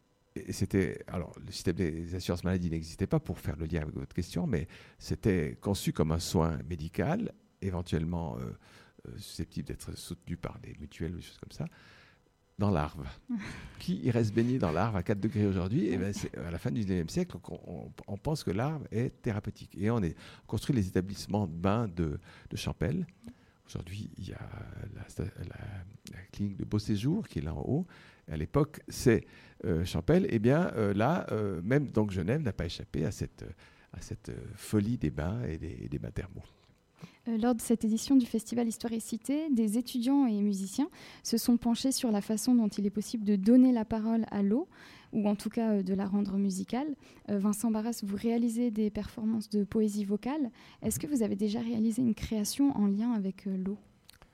Et c'était, alors, le système des assurances maladie n'existait pas pour faire le lien avec votre question, mais c'était conçu comme un soin médical, éventuellement euh, euh, susceptible d'être soutenu par des mutuelles ou des choses comme ça, dans l'Arve. Qui irait se baigner dans l'Arve à quatre degrés aujourd'hui ? Et ben c'est, à la fin du dix-neuvième siècle, on, on, on pense que l'Arve est thérapeutique. Et on, est, on construit les établissements de bains de, de Champel. Aujourd'hui, il y a la, la, la clinique de Beau Séjour qui est là en haut. Et à l'époque, c'est euh, Champel. Et bien euh, là, euh, même donc Genève n'a pas échappé à cette, à cette euh, folie des bains et des, et des bains thermaux. Euh, lors de cette édition du Festival Histoire et Cité, des étudiants et musiciens se sont penchés sur la façon dont il est possible de donner la parole à l'eau, ou en tout cas euh, de la rendre musicale. Euh, Vincent Barras, vous réalisez des performances de poésie vocale. Est-ce que vous avez déjà réalisé une création en lien avec euh, l'eau ?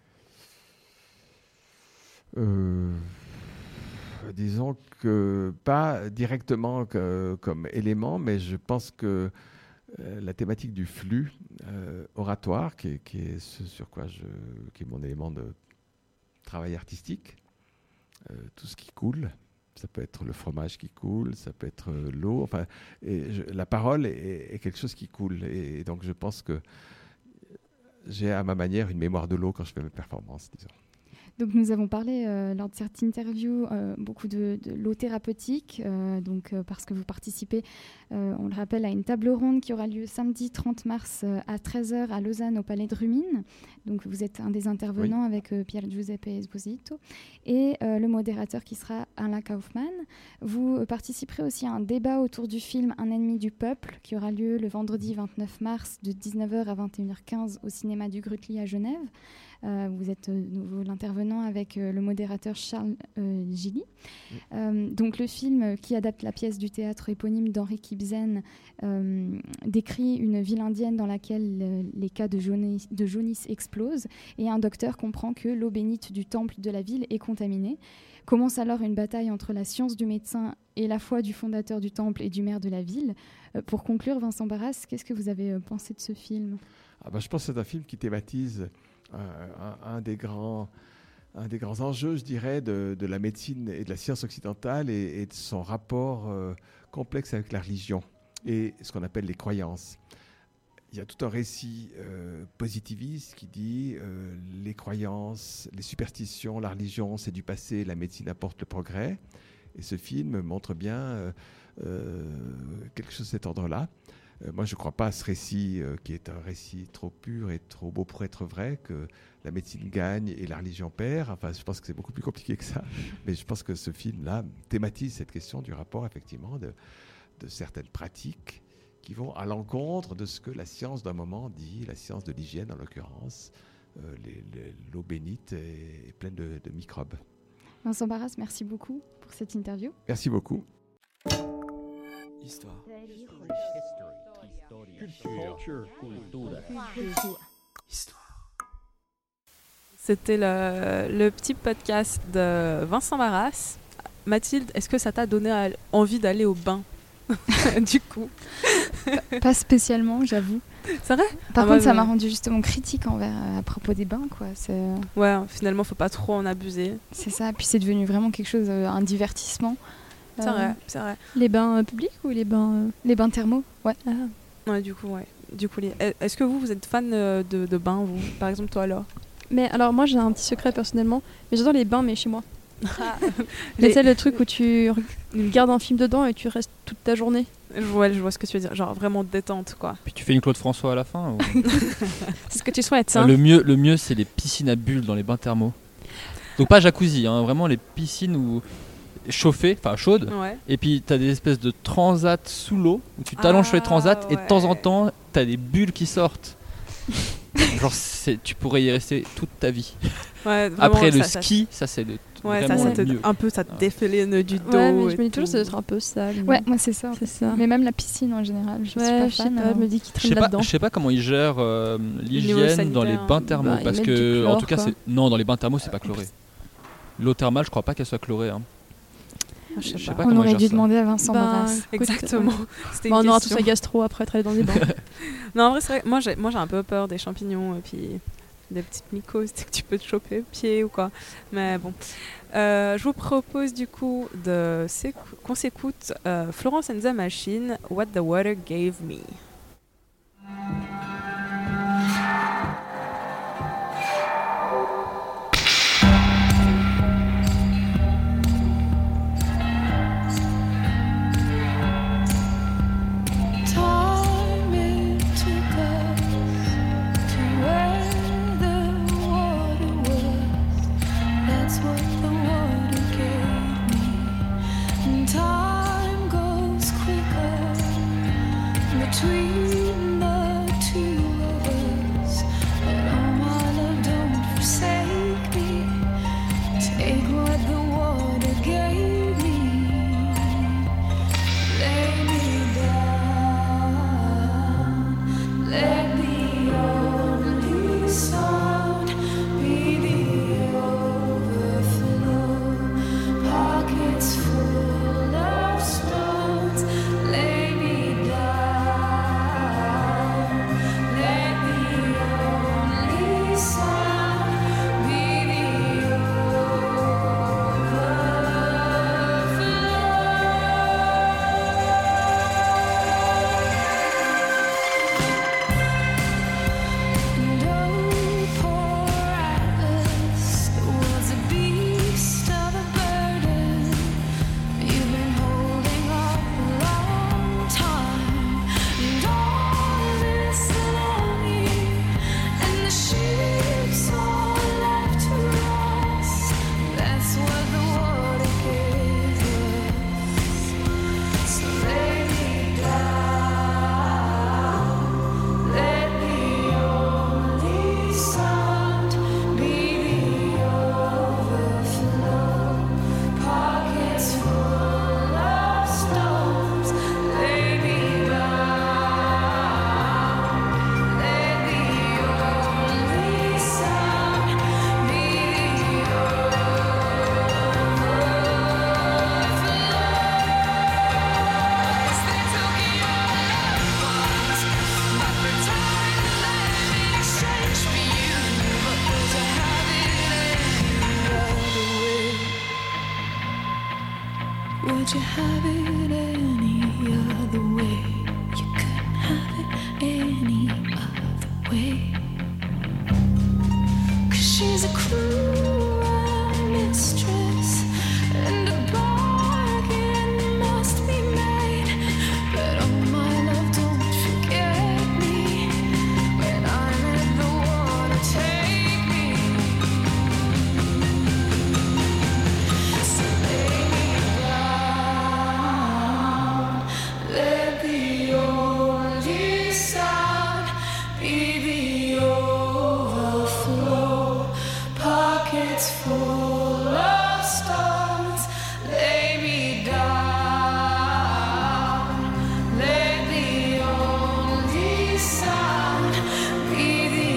euh, Disons que pas directement que, comme élément, mais je pense que euh, la thématique du flux euh, oratoire, qui est, qui est ce sur quoi je, qui est mon élément de travail artistique, euh, tout ce qui coule. Ça peut être le fromage qui coule, ça peut être l'eau. Enfin, et je, la parole est, est quelque chose qui coule. Et, et donc, je pense que j'ai à ma manière une mémoire de l'eau quand je fais mes performances, disons. Donc nous avons parlé euh, lors de cette interview euh, beaucoup de, de l'eau thérapeutique, euh, donc, euh, parce que vous participez, euh, on le rappelle, à une table ronde qui aura lieu samedi trente mars euh, à treize heures à Lausanne au Palais de Rumine. Donc vous êtes un des intervenants oui. avec euh, Pier Giuseppe Esposito et euh, le modérateur qui sera Alain Kaufmann. Vous euh, participerez aussi à un débat autour du film Un ennemi du peuple qui aura lieu le vendredi vingt-neuf mars de dix-neuf heures à vingt et une heures quinze au cinéma du Grutli à Genève. Euh, vous êtes euh, nouveau l'intervenant avec euh, le modérateur Charles euh, Gilly. Mmh. Euh, donc le film euh, qui adapte la pièce du théâtre éponyme d'Henrik Ibsen euh, décrit une ville indienne dans laquelle euh, les cas de jaunisse, de jaunisse explosent et un docteur comprend que l'eau bénite du temple de la ville est contaminée. Commence alors une bataille entre la science du médecin et la foi du fondateur du temple et du maire de la ville. Euh, pour conclure, Vincent Barras, qu'est-ce que vous avez euh, pensé de ce film ? ah bah, Je pense que c'est un film qui thématise Euh, un, un, des grands, un des grands enjeux, je dirais, de, de la médecine et de la science occidentale et, et de son rapport euh, complexe avec la religion et ce qu'on appelle les croyances. Il y a tout un récit euh, positiviste qui dit euh, les croyances, les superstitions, la religion, c'est du passé, la médecine apporte le progrès. Et ce film montre bien euh, euh, quelque chose de cet ordre-là. Euh, moi, je ne crois pas à ce récit euh, qui est un récit trop pur et trop beau pour être vrai, que la médecine gagne et la religion perd. Enfin, je pense que c'est beaucoup plus compliqué que ça. Mais je pense que ce film-là thématise cette question du rapport, effectivement, de, de certaines pratiques qui vont à l'encontre de ce que la science d'un moment dit, la science de l'hygiène en l'occurrence. Euh, les, les, l'eau bénite est, est pleine de, de microbes. Vincent Barras, merci beaucoup pour cette interview. Merci beaucoup. Histoire. Culture. Culture. Histoire. C'était le, le petit podcast de Vincent Barras. Mathilde, est-ce que ça t'a donné à, envie d'aller au bain du coup? Pas, pas spécialement, j'avoue. C'est vrai? Par ah contre, ouais, ça ouais. m'a rendu justement critique envers, à propos des bains, quoi. C'est... Ouais, finalement, faut pas trop en abuser. C'est ça, puis c'est devenu vraiment quelque chose, euh, un divertissement. C'est euh, vrai, c'est vrai. Les bains euh, publics ou les bains... Euh... Les bains thermaux, ouais. Ah. Ouais, du coup, ouais. Du coup, les... Est-ce que vous, vous êtes fan de, de bains, vous? Par exemple, toi, alors? Mais alors, moi, j'ai un petit secret personnellement, mais j'adore les bains, mais chez moi. Ah. Les... C'est le truc où tu regardes un film dedans et tu restes toute ta journée. Je vois, je vois ce que tu veux dire, genre vraiment détente, quoi. Puis tu fais une Claude François à la fin ou... C'est ce que tu souhaites, hein. Le mieux, le mieux, c'est les piscines à bulles dans les bains thermaux. Donc pas jacuzzi, hein, vraiment les piscines où... chauffées, enfin chaudes, ouais. Et puis t'as des espèces de transats sous l'eau où tu t'allonges ah, sur les transats ouais. Et de temps en temps t'as des bulles qui sortent. Genre c'est, tu pourrais y rester toute ta vie. Ouais, vraiment, après le ça, ski, ça, ça c'est le ouais, vraiment ça, ça le mieux. Un peu ça te déféline du dos. Ouais, mais je me dis toujours ça doit être un peu sale. Ouais, moi c'est ça. C'est ça. Mais même la piscine en général, je ouais, suis pas je sais fan. pas, alors. je me dis qu'ils Je sais traînent pas, là-dedans. je sais pas comment ils gèrent euh, l'hygiène dans les bains thermaux bah, parce que chlore, en tout cas quoi. c'est non dans les bains thermaux c'est pas chloré. L'eau thermale, je crois pas qu'elle soit chlorée. Hein. Je sais Je pas. sais pas On comment aurait ils dû gèrent ça. demander à Vincent Bah, Barras. Exactement. C'était Bah, on une aura question. tous la gastro après être allé dans des bains. Non, en vrai, c'est vrai. Moi, j'ai, moi, j'ai un peu peur des champignons et puis des petites mycoses que tu peux te choper au pied ou quoi. Mais bon. Euh, je vous propose du coup de s'écou- qu'on s'écoute euh, Florence and the Machine, What the Water Gave Me. Between the two of us, but oh my love, don't forsake me. Take what the water gave me, lay me down, let the only sound be the overflow, pockets full of stones, lay me down. The Would you have it any other way? You couldn't have it any other way. 'Cause she's a cruel mistress, and a bargain must be made. But oh my love, don't forget me when I let the water take me. So lay me down, let the only sound be the overflow. Pockets full of stones, lay me down. Let the only sound be the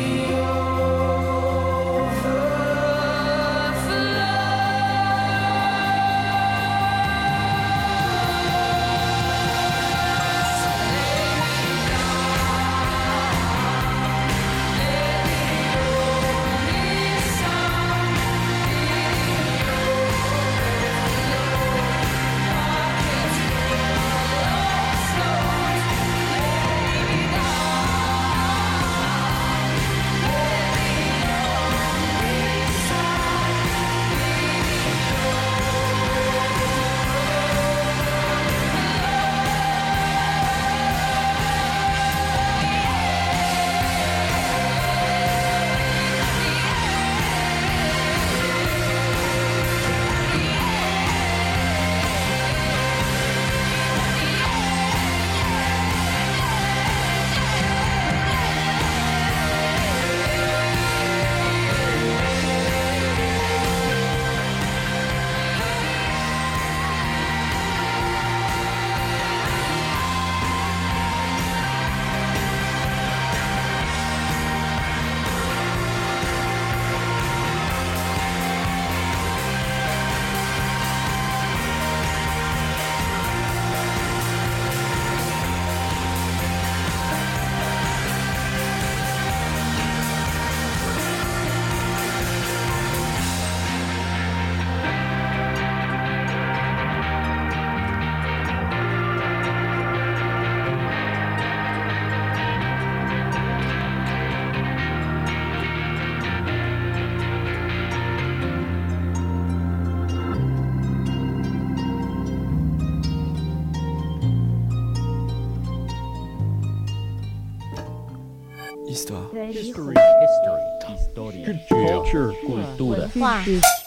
Histoire. History. History. Historia. Culture. Cultura. 话